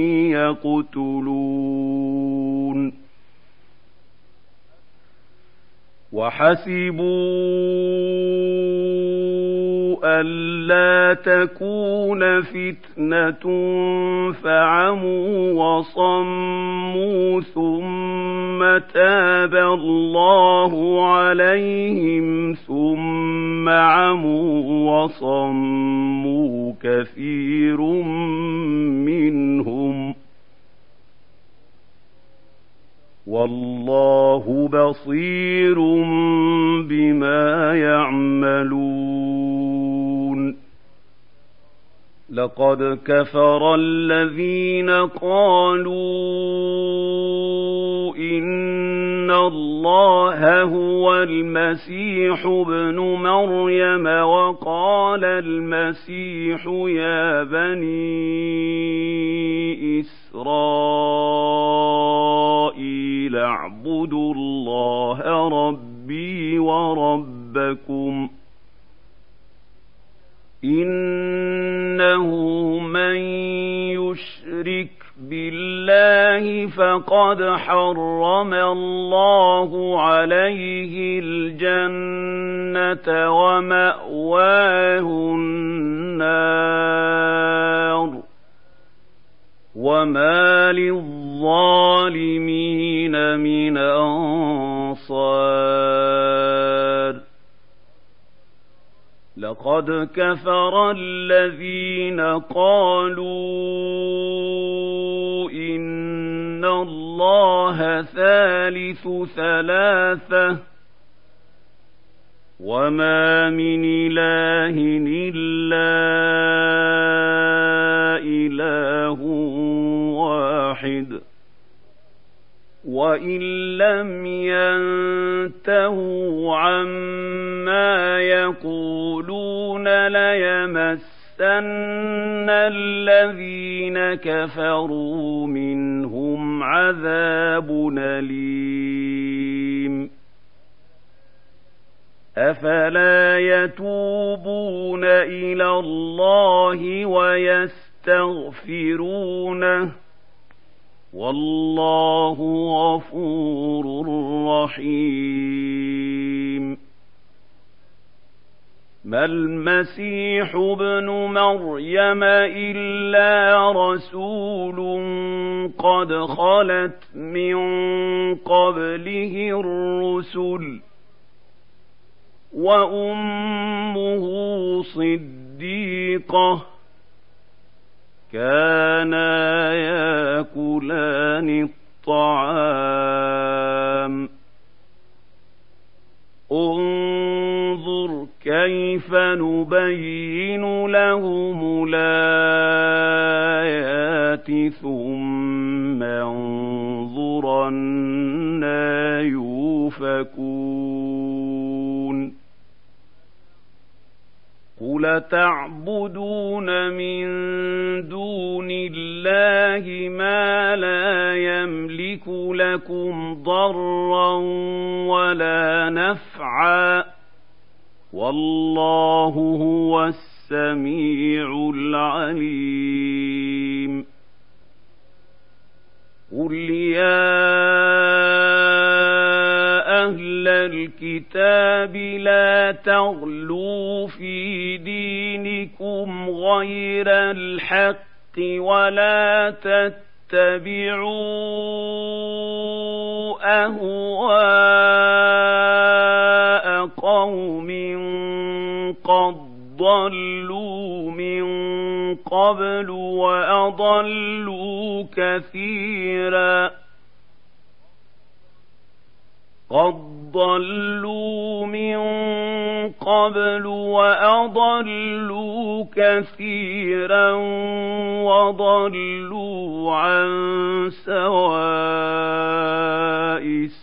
Speaker 1: يَقْتُلُونَ وَحَسِبُوا أَلَّا تَكُونَ فِتْنَةٌ فَعَمُوا وَصَمُّوا ثُمَّ تَابَ اللَّهُ عَلَيْهِمْ ثُمَّ عَمُوا وَصَمُّوا كَثِيرٌ مِّنْهُمْ ۚ وَاللَّهُ بَصِيرٌ بِمَا يَعْمَلُونَ لَقَدْ كَفَرَ الَّذِينَ قَالُوا إِنَّ اللَّهَ هُوَ الْمَسِيحُ ابْنُ مَرْيَمَ وَقَالَ الْمَسِيحُ يَا بَنِي إِسْرَائِيلَ اعْبُدُوا اللَّهَ رَبِّي وَرَبَّكُمْ إِنَّهُ مَن يُشْرِكْ بِاللَّهِ فَقَدْ حَرَّمَ اللَّهُ عَلَيْهِ الْجَنَّةَ وَمَأْوَاهُ النَّارُ وَمَا لِلظَّالِمِينَ مِنْ أَنصَارٍ لَقَدْ كَفَرَ الَّذِينَ قَالُوا إِنَّ اللَّهَ ثَالِثُ ثَلَاثَةٍ وَمَا مِنْ إِلَٰهٍ إِلَّا إِلَٰهٌ وَاحِدٌ وَإِن لَّمْ يَنتَهُوا عَمَّا يَقُولُونَ لَيَمَسَّنَّ الَّذِينَ كَفَرُوا مِنْهُمْ عَذَابٌ أَلِيمٌ أَفَلَا يَتُوبُونَ إِلَى اللَّهِ وَيَسْتَغْفِرُونَهُ والله غفور رحيم. ما المسيح ابن مريم إلا رسول قد خلت من قبله الرسل وأمه صديقة كانا يأكلان الطعام. انظر كيف نبين لهم الآيات ثم انظر أنى يؤفكون. قل تعبدون من دون الله ما لا يملك لكم ضرا ولا نفعا والله هو السميع العليم. قل يا أهل الكتاب لا تغلوا في دينكم غير الحق ولا تتبعوا أهواء قوم قد ضلوا من قبل وأضلوا كثيرا وضلوا عن سواء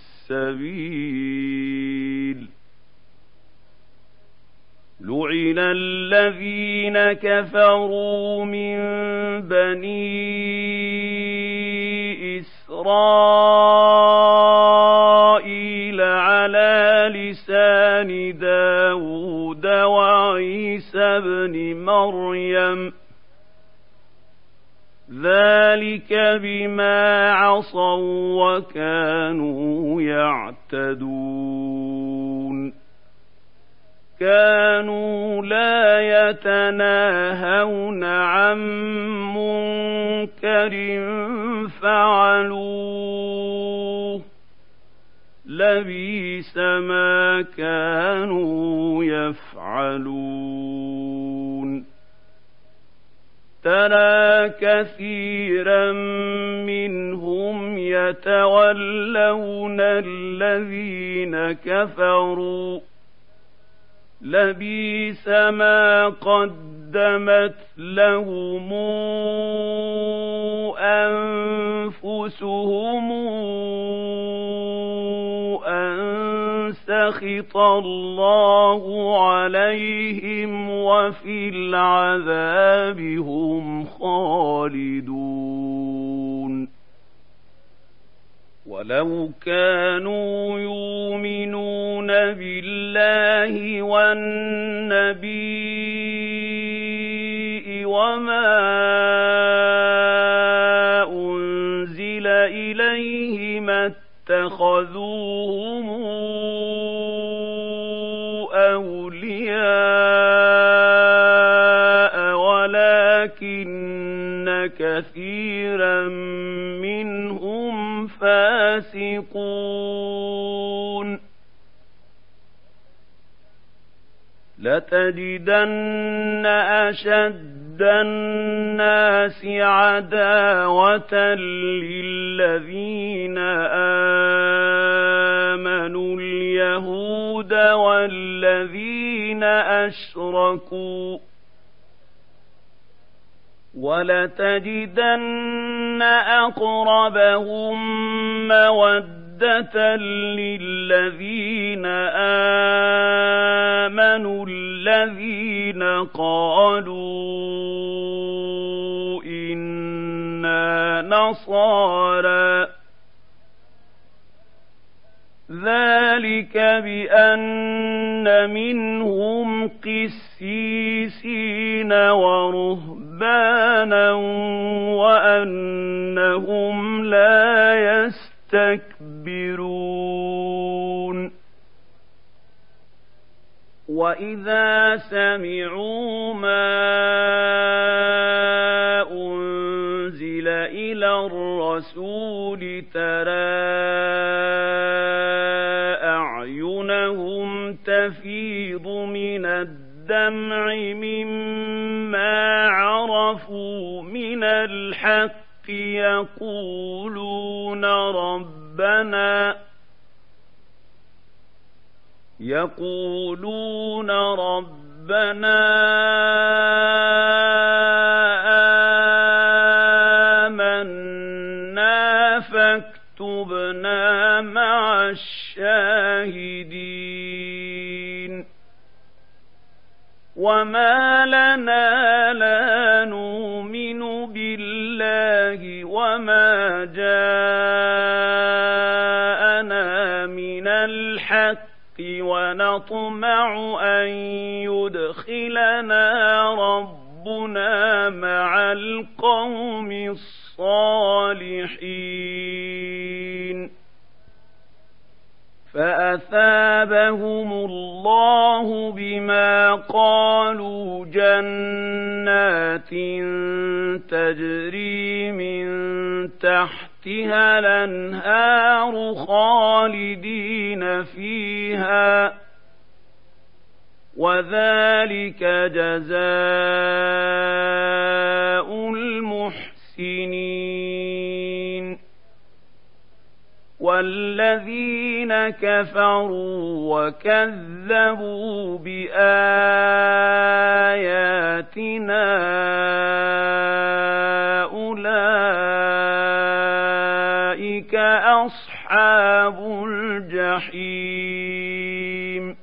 Speaker 1: السبيل. لعن الذين كفروا من بني إسرائيل على لسان داود وعيسى بن مريم ذلك بما عصوا وكانوا يعتدون. كانوا لا يتناهون عن منكر فعلوه لبئس ما كانوا يفعلون. ترى كثيرا منهم يتولون الذين كفروا لبئس ما قدمت لهم أنفسهم أن سخط الله عليهم وفي العذاب هم خالدون. ولو كانوا يؤمنون بالله والنبي وما أنزل إليه ما اتخذوهم أولياء ولكن كثيرا منهم فاسقون. لتجدن أشد الناس عداوة للذين آمنوا اليهود والذين أشركوا ولتجدن أقربهم مودة للذين آمنوا الذين قالوا إنا نصارى ذلك بأن منهم قسيسين ورهبانا رهبانا وأنهم لا يستكبرون وإذا سمعوا ما أنزل إلى الرسول ترى أعينهم تفيض من الدمع مما عرفوا من الحق يقولون ربنا آمنا فاكتبنا مع الشاهدين وما لنا لا نؤمن بالله وما جاءنا من الحق ونطمع أن يدخلنا ربنا مع القوم الصالحين فأثابهم الله بما قالوا جنات تجري من تحتها الأنهار خالدين فيها وذلك جزاء المحسنين والذين كفروا وكذبوا بآياتنا أولئك أصحاب الجحيم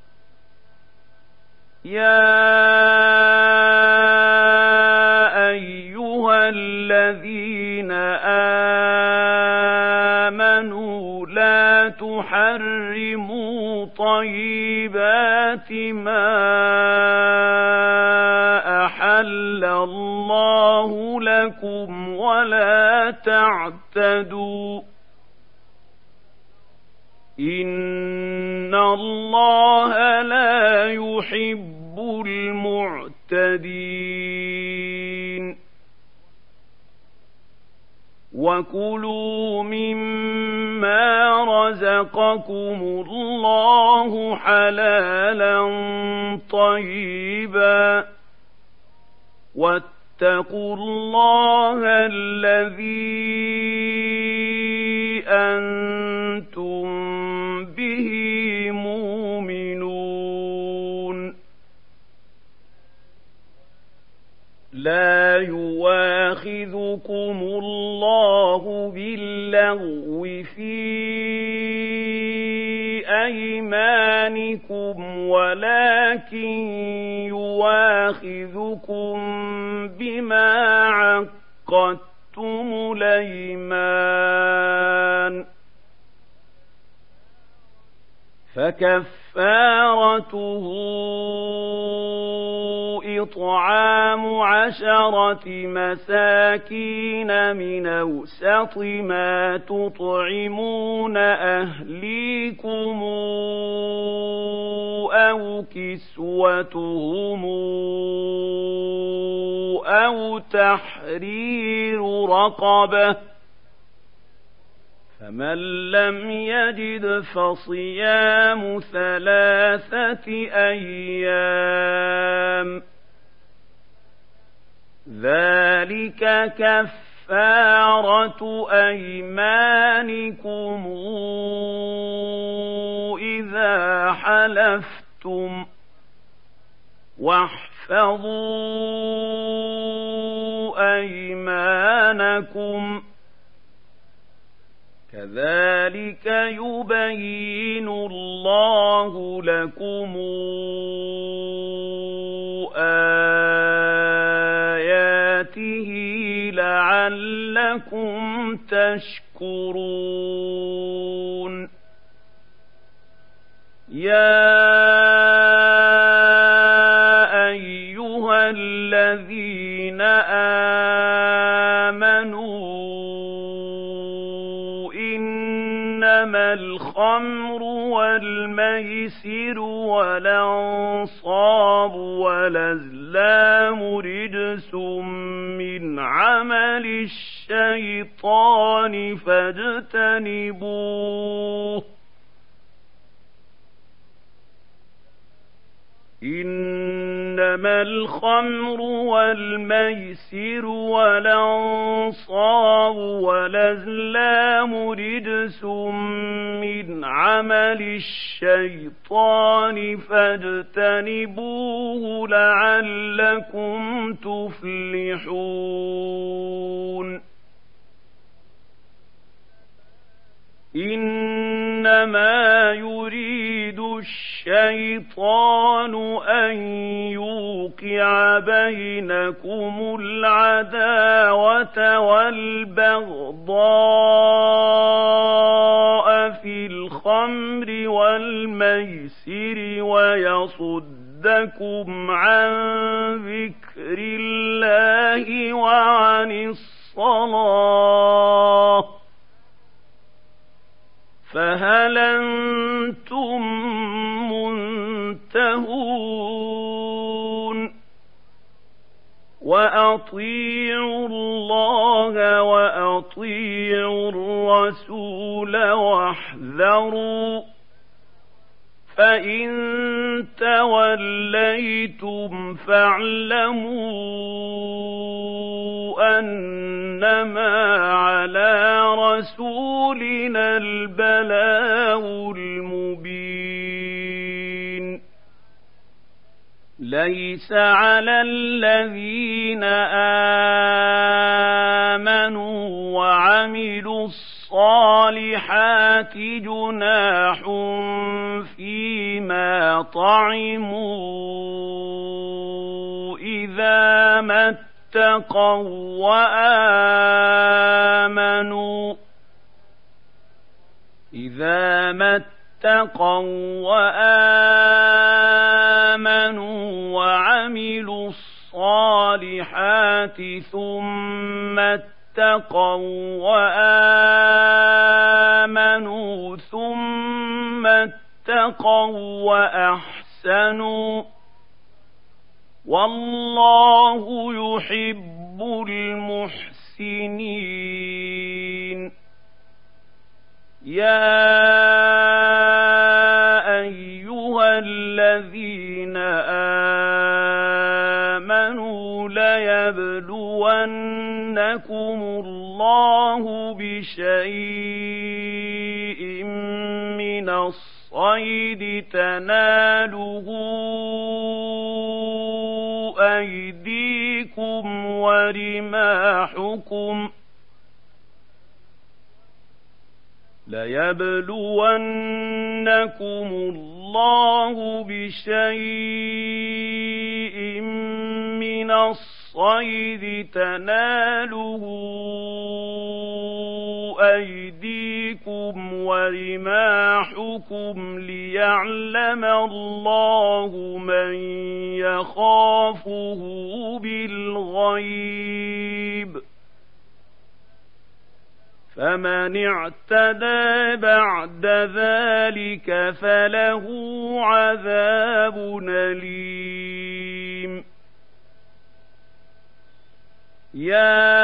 Speaker 1: يا أيها الذين آمنوا لا تحرموا طيبات ما أحل الله لكم ولا تعتدوا إن الله لا يحب المعتدين وكلوا مما رزقكم الله حلالا طيبا واتقوا الله الذي أنتم به مؤمنون لا يواخذكم الله باللغو في أيمانكم ولكن يواخذكم بما عقدتم الأيمان فكفارته إطعام 10 مساكين من أوسط ما تطعمون أهليكم أو كسوتهم أو تحرير رقبة فمن لم يجد فصيام 3 أيام ذلك كفارة أيمانكم إذا حلفتم واحفظوا أيمانكم كذلك يبين الله لكم آياته لعلكم تشكرون يا أيها الذين والميسر والأنصاب والأزلام رجس من عمل الشيطان فاجتنبوه إنما الخمر والميسر والأنصاب والأزلام رجس من عمل الشيطان فاجتنبوه لعلكم تفلحون إنما يريد الشيطان أن يوقع بينكم العداوة والبغضاء في الخمر والميسر ويصدكم عن ذكر الله وعن الصلاة فهل أنتم منتهون وأطيعوا الله وأطيعوا الرسول واحذروا فإن توليتم فاعلموا أنما على رسولنا البلاغ المبين ليس على الذين آمنوا وعملوا الصالحات جناح فيما طعموا إذا ما اتقوا وآمنوا وعملوا الصالحات ثم اتقوا وآمنوا ثم اتقوا وأحسنوا والله يحب المحسنين يا أيها الذين آمنوا ليبلونكم الله بشيء من الصيد تناله أيديكم ورماحكم ليبلونكم الله بشيء من الصيد تناله أيديكم ورماحكم ليعلم الله من يخافه بالغيب فمن اعتدى بعد ذلك فله عذاب أليم يا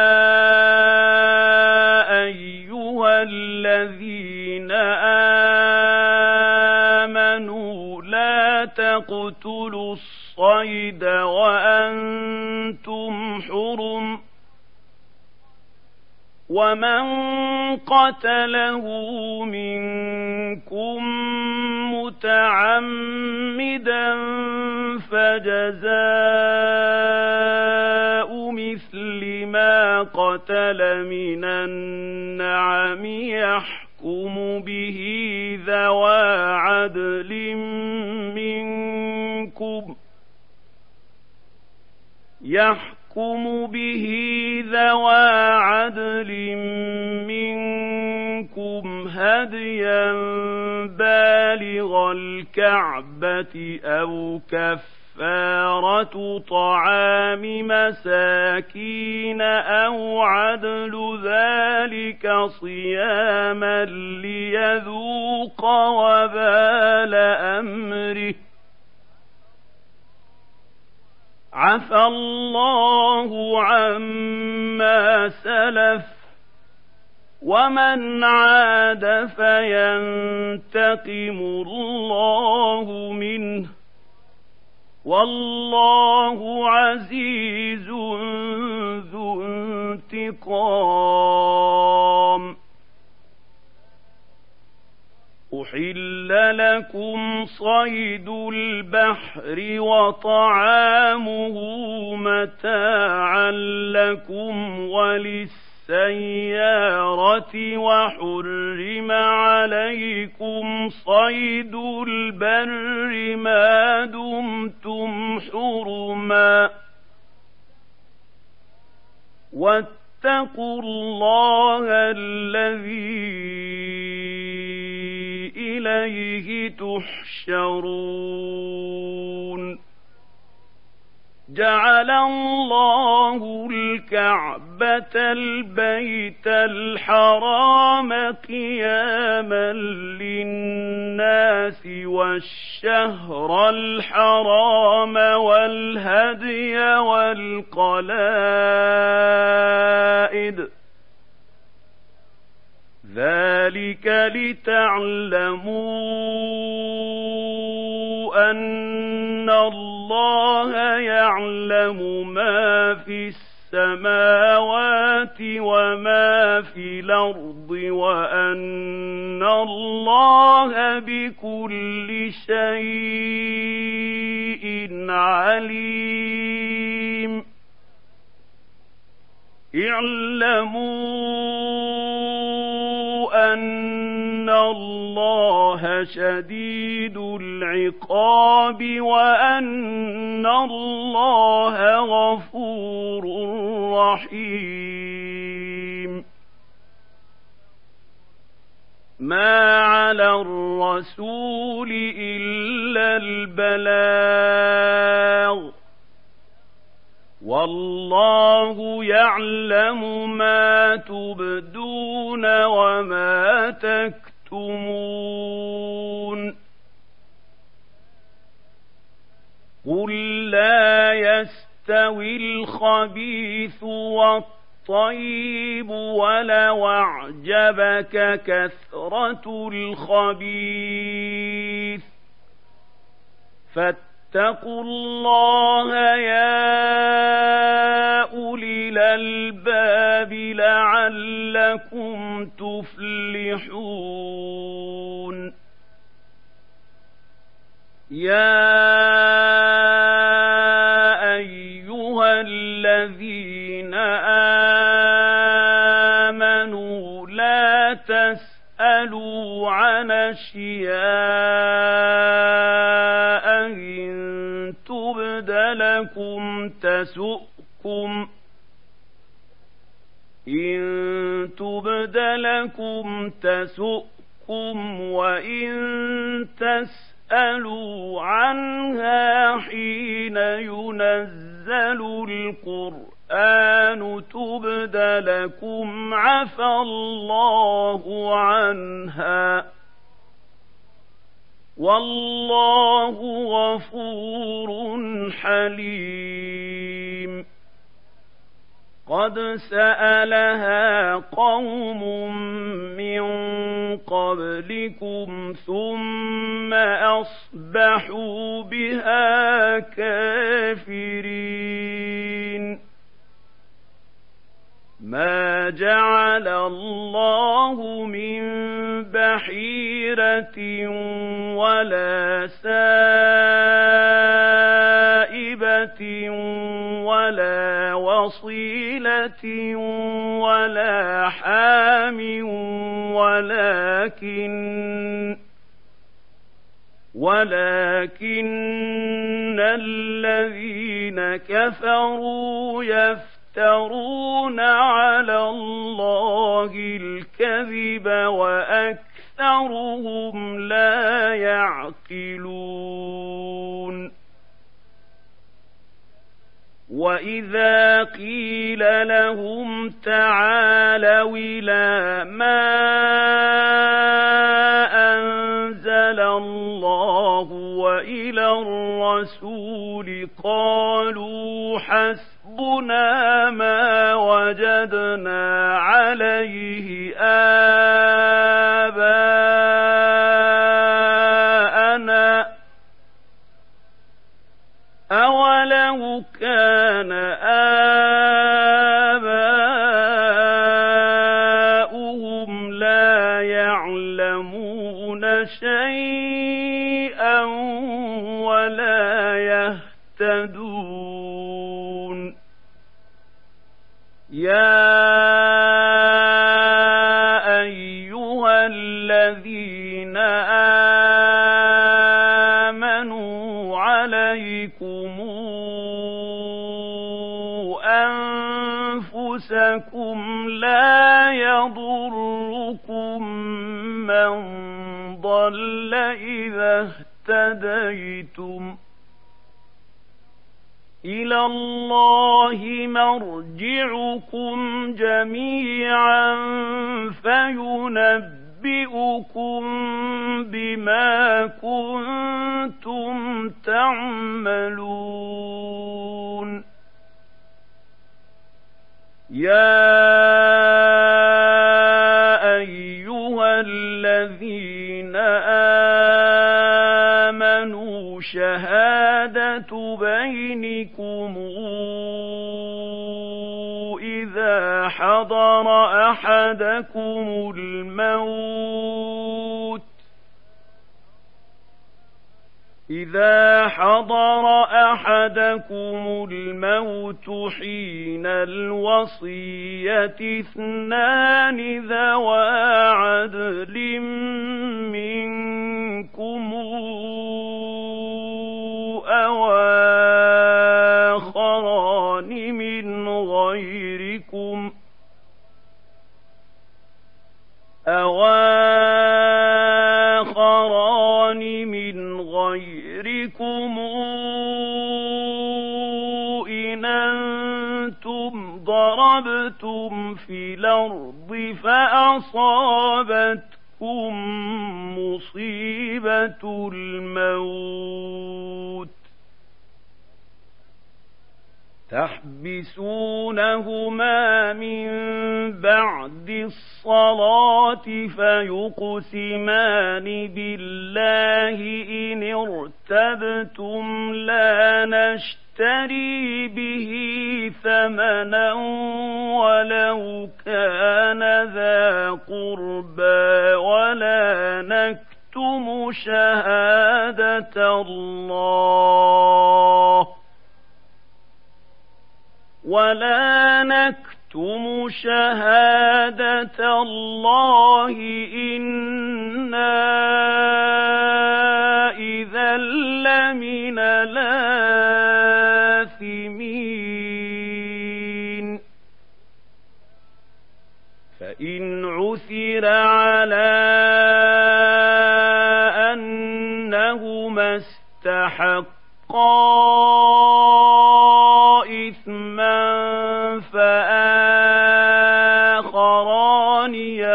Speaker 1: أيها الذين آمنوا لا تقتلوا الصيد وأنتم حرم ومن قتله منكم متعمدا فجزاء مثل ما قتل من النعم يحكم به ذوى عدل منكم هديا بالغ الكعبة أو كفارة كفارة طعام مساكين أو عدل ذلك صياما ليذوق وبال أمره عفى الله عما سلف ومن عاد فينتقم الله منه والله عزيز ذو انتقام. أحل لكم صيد البحر وطعامه متاعا لكم وللسيارة وحرم عليكم صيد البر ما دمتم حرما واتقوا الله الذي إليه تحشرون. جعل الله الكعبة البيت الحرام قياما للناس والشهر الحرام والهدي والقلائد ذلك لتعلموا أن الله يعلم ما في السماوات وما في الأرض وأن الله بكل شيء عليم. اعلموا أن الله شديد العقاب وأن الله غفور رحيم. ما على الرسول إلا البلاغ والله يعلم ما تبدون وما تكتمون. قل لا يستوي الخبيث والطيب ولو أعجبك كثرة الخبيث فاتقوا الله يا أولي الألباب لعلكم تفلحون. يا أيها الذين آمنوا لا تسألوا عن أشياء إن تبد لكم تسؤكم وإن تسألوا عنها حين ينزل القرآن تبد لكم عفى الله عنها والله غفور حليم. قد سألها قوم من قبلكم ثم أصبحوا بها كافرين. ما جعل الله من بحيرة ولا سائبة ولا وصيلة ولا حام ولكن الذين كفروا يفترون على الله الكذب وأكثرهم لا يعقلون. وإذا قيل لهم تعالوا إلى ما أنزل الله وإلى الرسول قالوا حسبنا ما وجدنا عليه آباءنا أولو كان آباؤهم لا يعلمون شيئا ولا يهتدون يا أيها الذين آمنوا عليكم أنفسكم لا يضركم من ضل إذا اهتديتم إلى الله مرجعكم جميعا فينبئكم بما كنتم تعملون يا أيها الذين آمنوا شهادة بينكم إذا حضر أحدكم الموت حين الوصية اثنان ذوى عدل منكم أو آخران من غيركم إن أنتم ضربتم في الأرض فأصابتكم مصيبة الموت تحبسونهما من بعد الصلاة فيقسمان بالله إن ارتبتم لا نشتري به ثمنا ولو كان ذا قربى ولا نكتم شهادة الله إنا إذا لمن الآثمين فإن عثر على أنهما استحقا إثما فآخران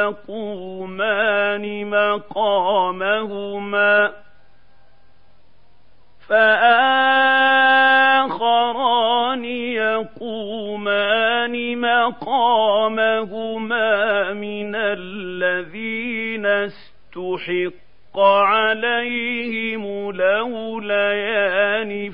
Speaker 1: يقومان مقامهما من الذين استحق عليهم الأوليان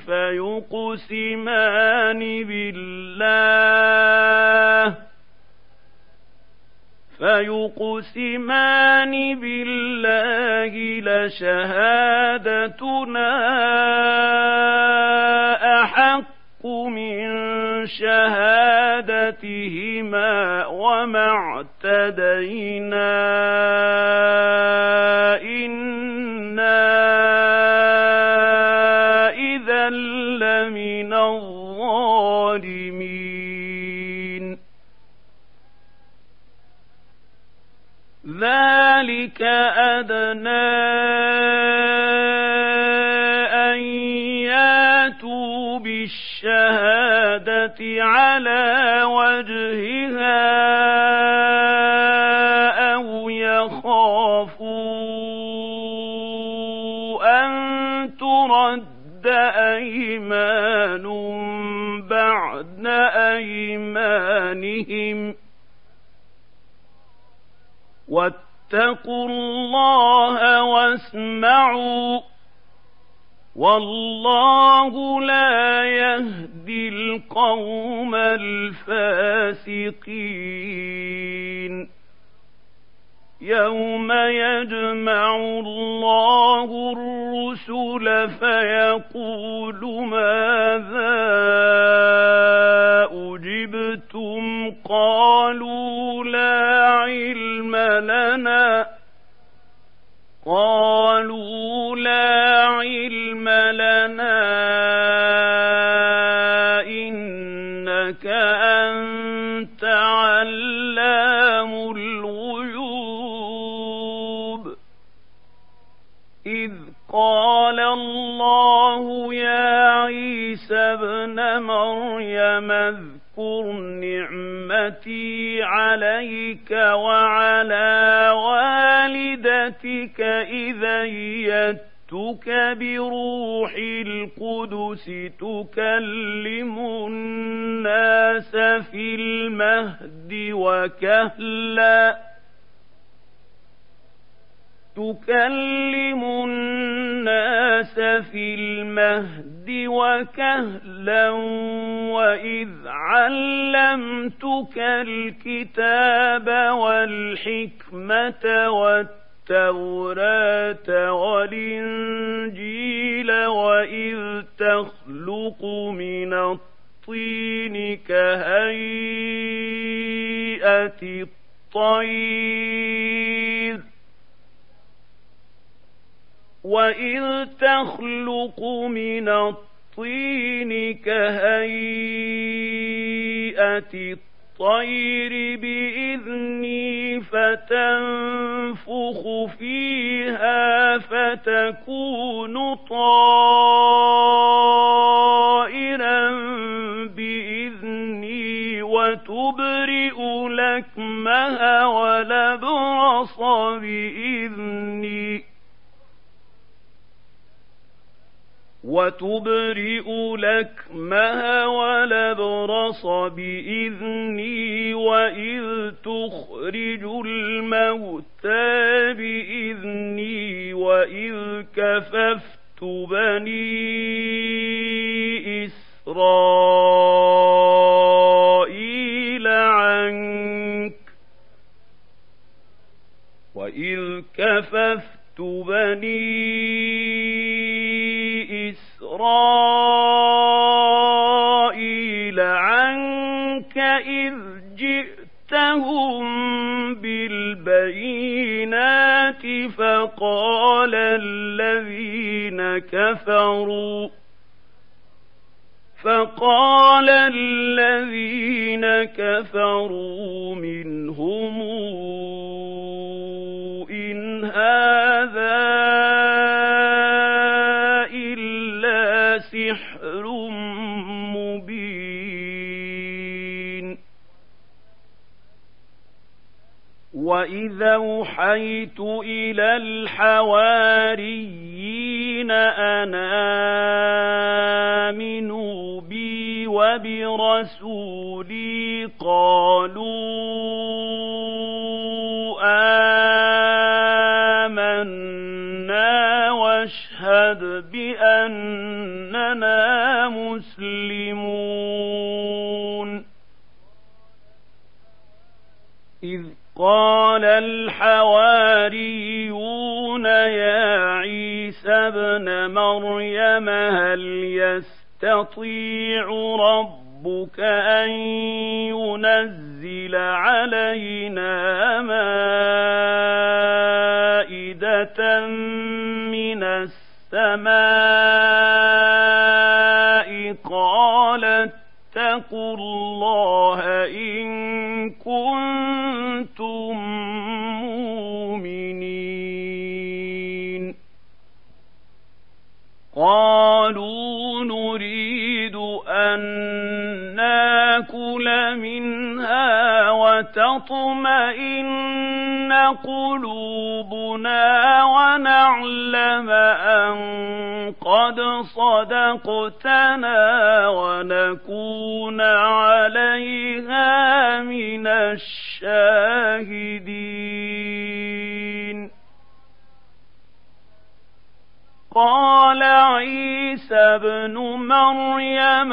Speaker 1: فيقسمان بالله لشهادتنا أحق من شهادتهما وما اعتدينا إنا إذا لمن الظالمين ذلك أدنى أن ياتوا بالشهادة الدابة على وجهها أو يخافوا أن ترد أيمان بعد أيمانهم واتقوا الله واسمعوا والله لا يهدي القوم الفاسقين يوم يجمع الله الرسل فيقول ماذا أجبتم قالوا لا علم لنا إنك أنت علام الغيوب إذ قال الله يا عيسى ابن مريم اذكر نعمتي عليك وعلى والدتك إذ أيدتك بروح القدس تكلم الناس في المهد وكهلا وإذ علمتك الكتاب والحكمة والتوراة والإنجيل وإذ تخلق من الطين كهيئة الطير وإذ تخلق من الطين كهيئة الطير بإذني فتنفخ فيها فتكون طائرا بإذني وتبرئ الأكمه والأبرص بإذني وإذ تخرج الموتى بإذني وإذ كففت بني إسرائيل عنك إذ جئتهم بالبينات فقال الذين كفروا منهم إن هذا إلا سحر مبين وإذا أوحيت إلى الحواريين أن آمنوا بي وبرسولي قالوا آمنا واشهد بأننا مسلمون إذ قال الحواريون يا عيسى ابن مريم هل يستطيع ربك أن ينزل علينا مائدة من السماء قال اتقوا الله إن كنتم مؤمنين قالوا نريد نريد أن ناكل منها وتطمئن قلوبنا ونعلم أن قد صدقتنا ونكون عليها من الشاهدين. قال عيسى ابن مريم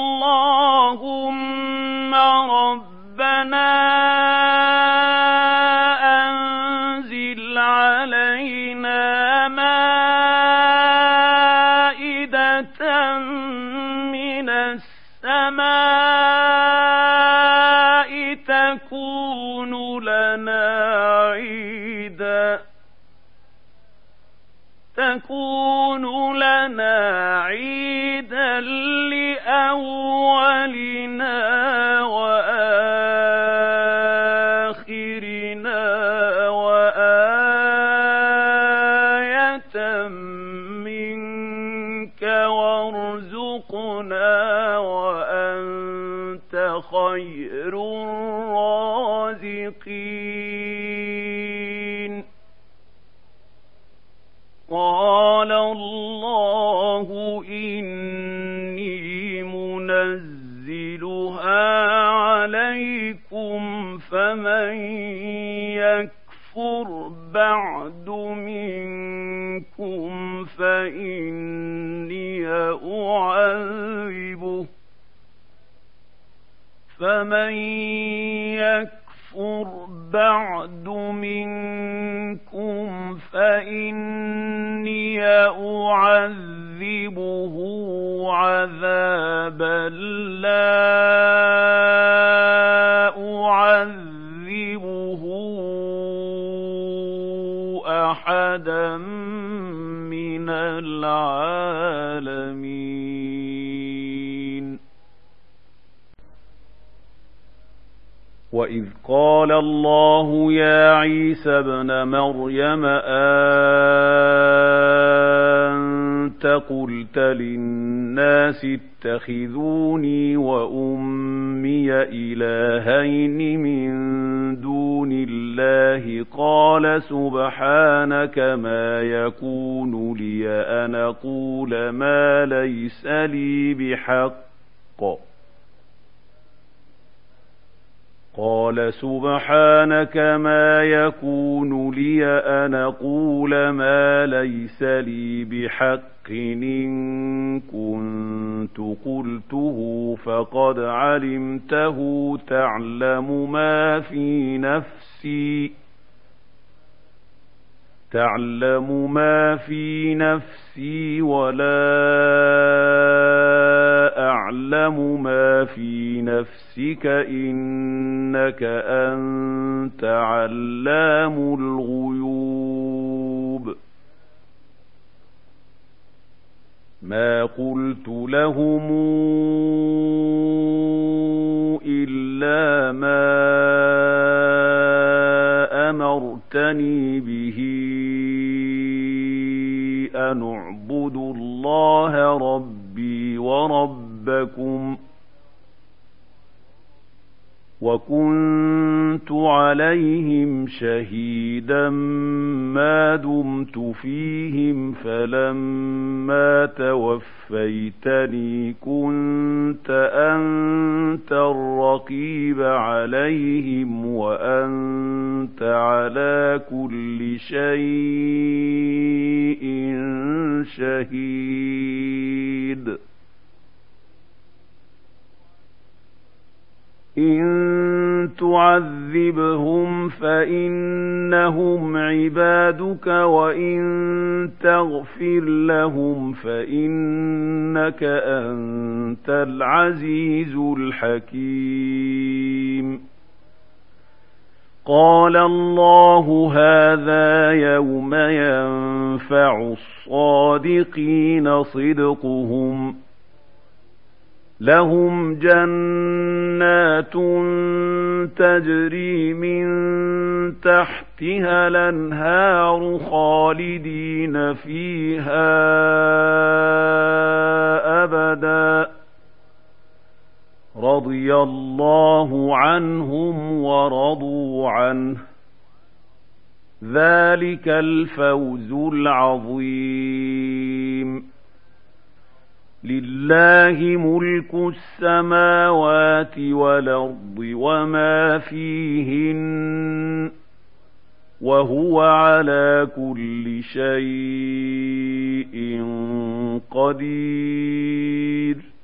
Speaker 1: اللهم ربنا أنزل علينا مائدة من السماء تكون لنا عيدا لأولنا وآخرنا وآية منك وارزقنا وأنت خير الرازقين. قال الله إني منزلها عليكم فمن يكفر بعد منكم فإني أعذبه عذابا لا أعذبه أحدا من العالمين. وإذ قال الله يا عيسى ابن مريم أنت قلت للناس اتخذوني وأمي إلهين من دون الله قال سبحانك ما يكون لي أن أقول ما ليس لي بحق قال سبحانك ما يكون لي أن أقول ما ليس لي بحق إن كنت قلته فقد علمته تعلم ما في نفسي ولا أعلم ما في نفسك إنك أنت علام الغيوب. ما قلت لهم إلا ما أمرتني به أن اعبدوا الله ربي وربكم وكنت عليهم شهيدا ما دمت فيهم فلما توفيتني كنت أنت الرقيب عليهم وأنت على كل شيء شهيد. إن تعذبهم فإنهم عبادك وإن تغفر لهم فإنك أنت العزيز الحكيم. قال الله هذا يوم ينفع الصادقين صدقهم لهم جنات تجري من تحتها الأنهار خالدين فيها أبدا رضي الله عنهم ورضوا عنه ذلك الفوز العظيم لله ملك السماوات والأرض وما فيهن وهو على كل شيء قدير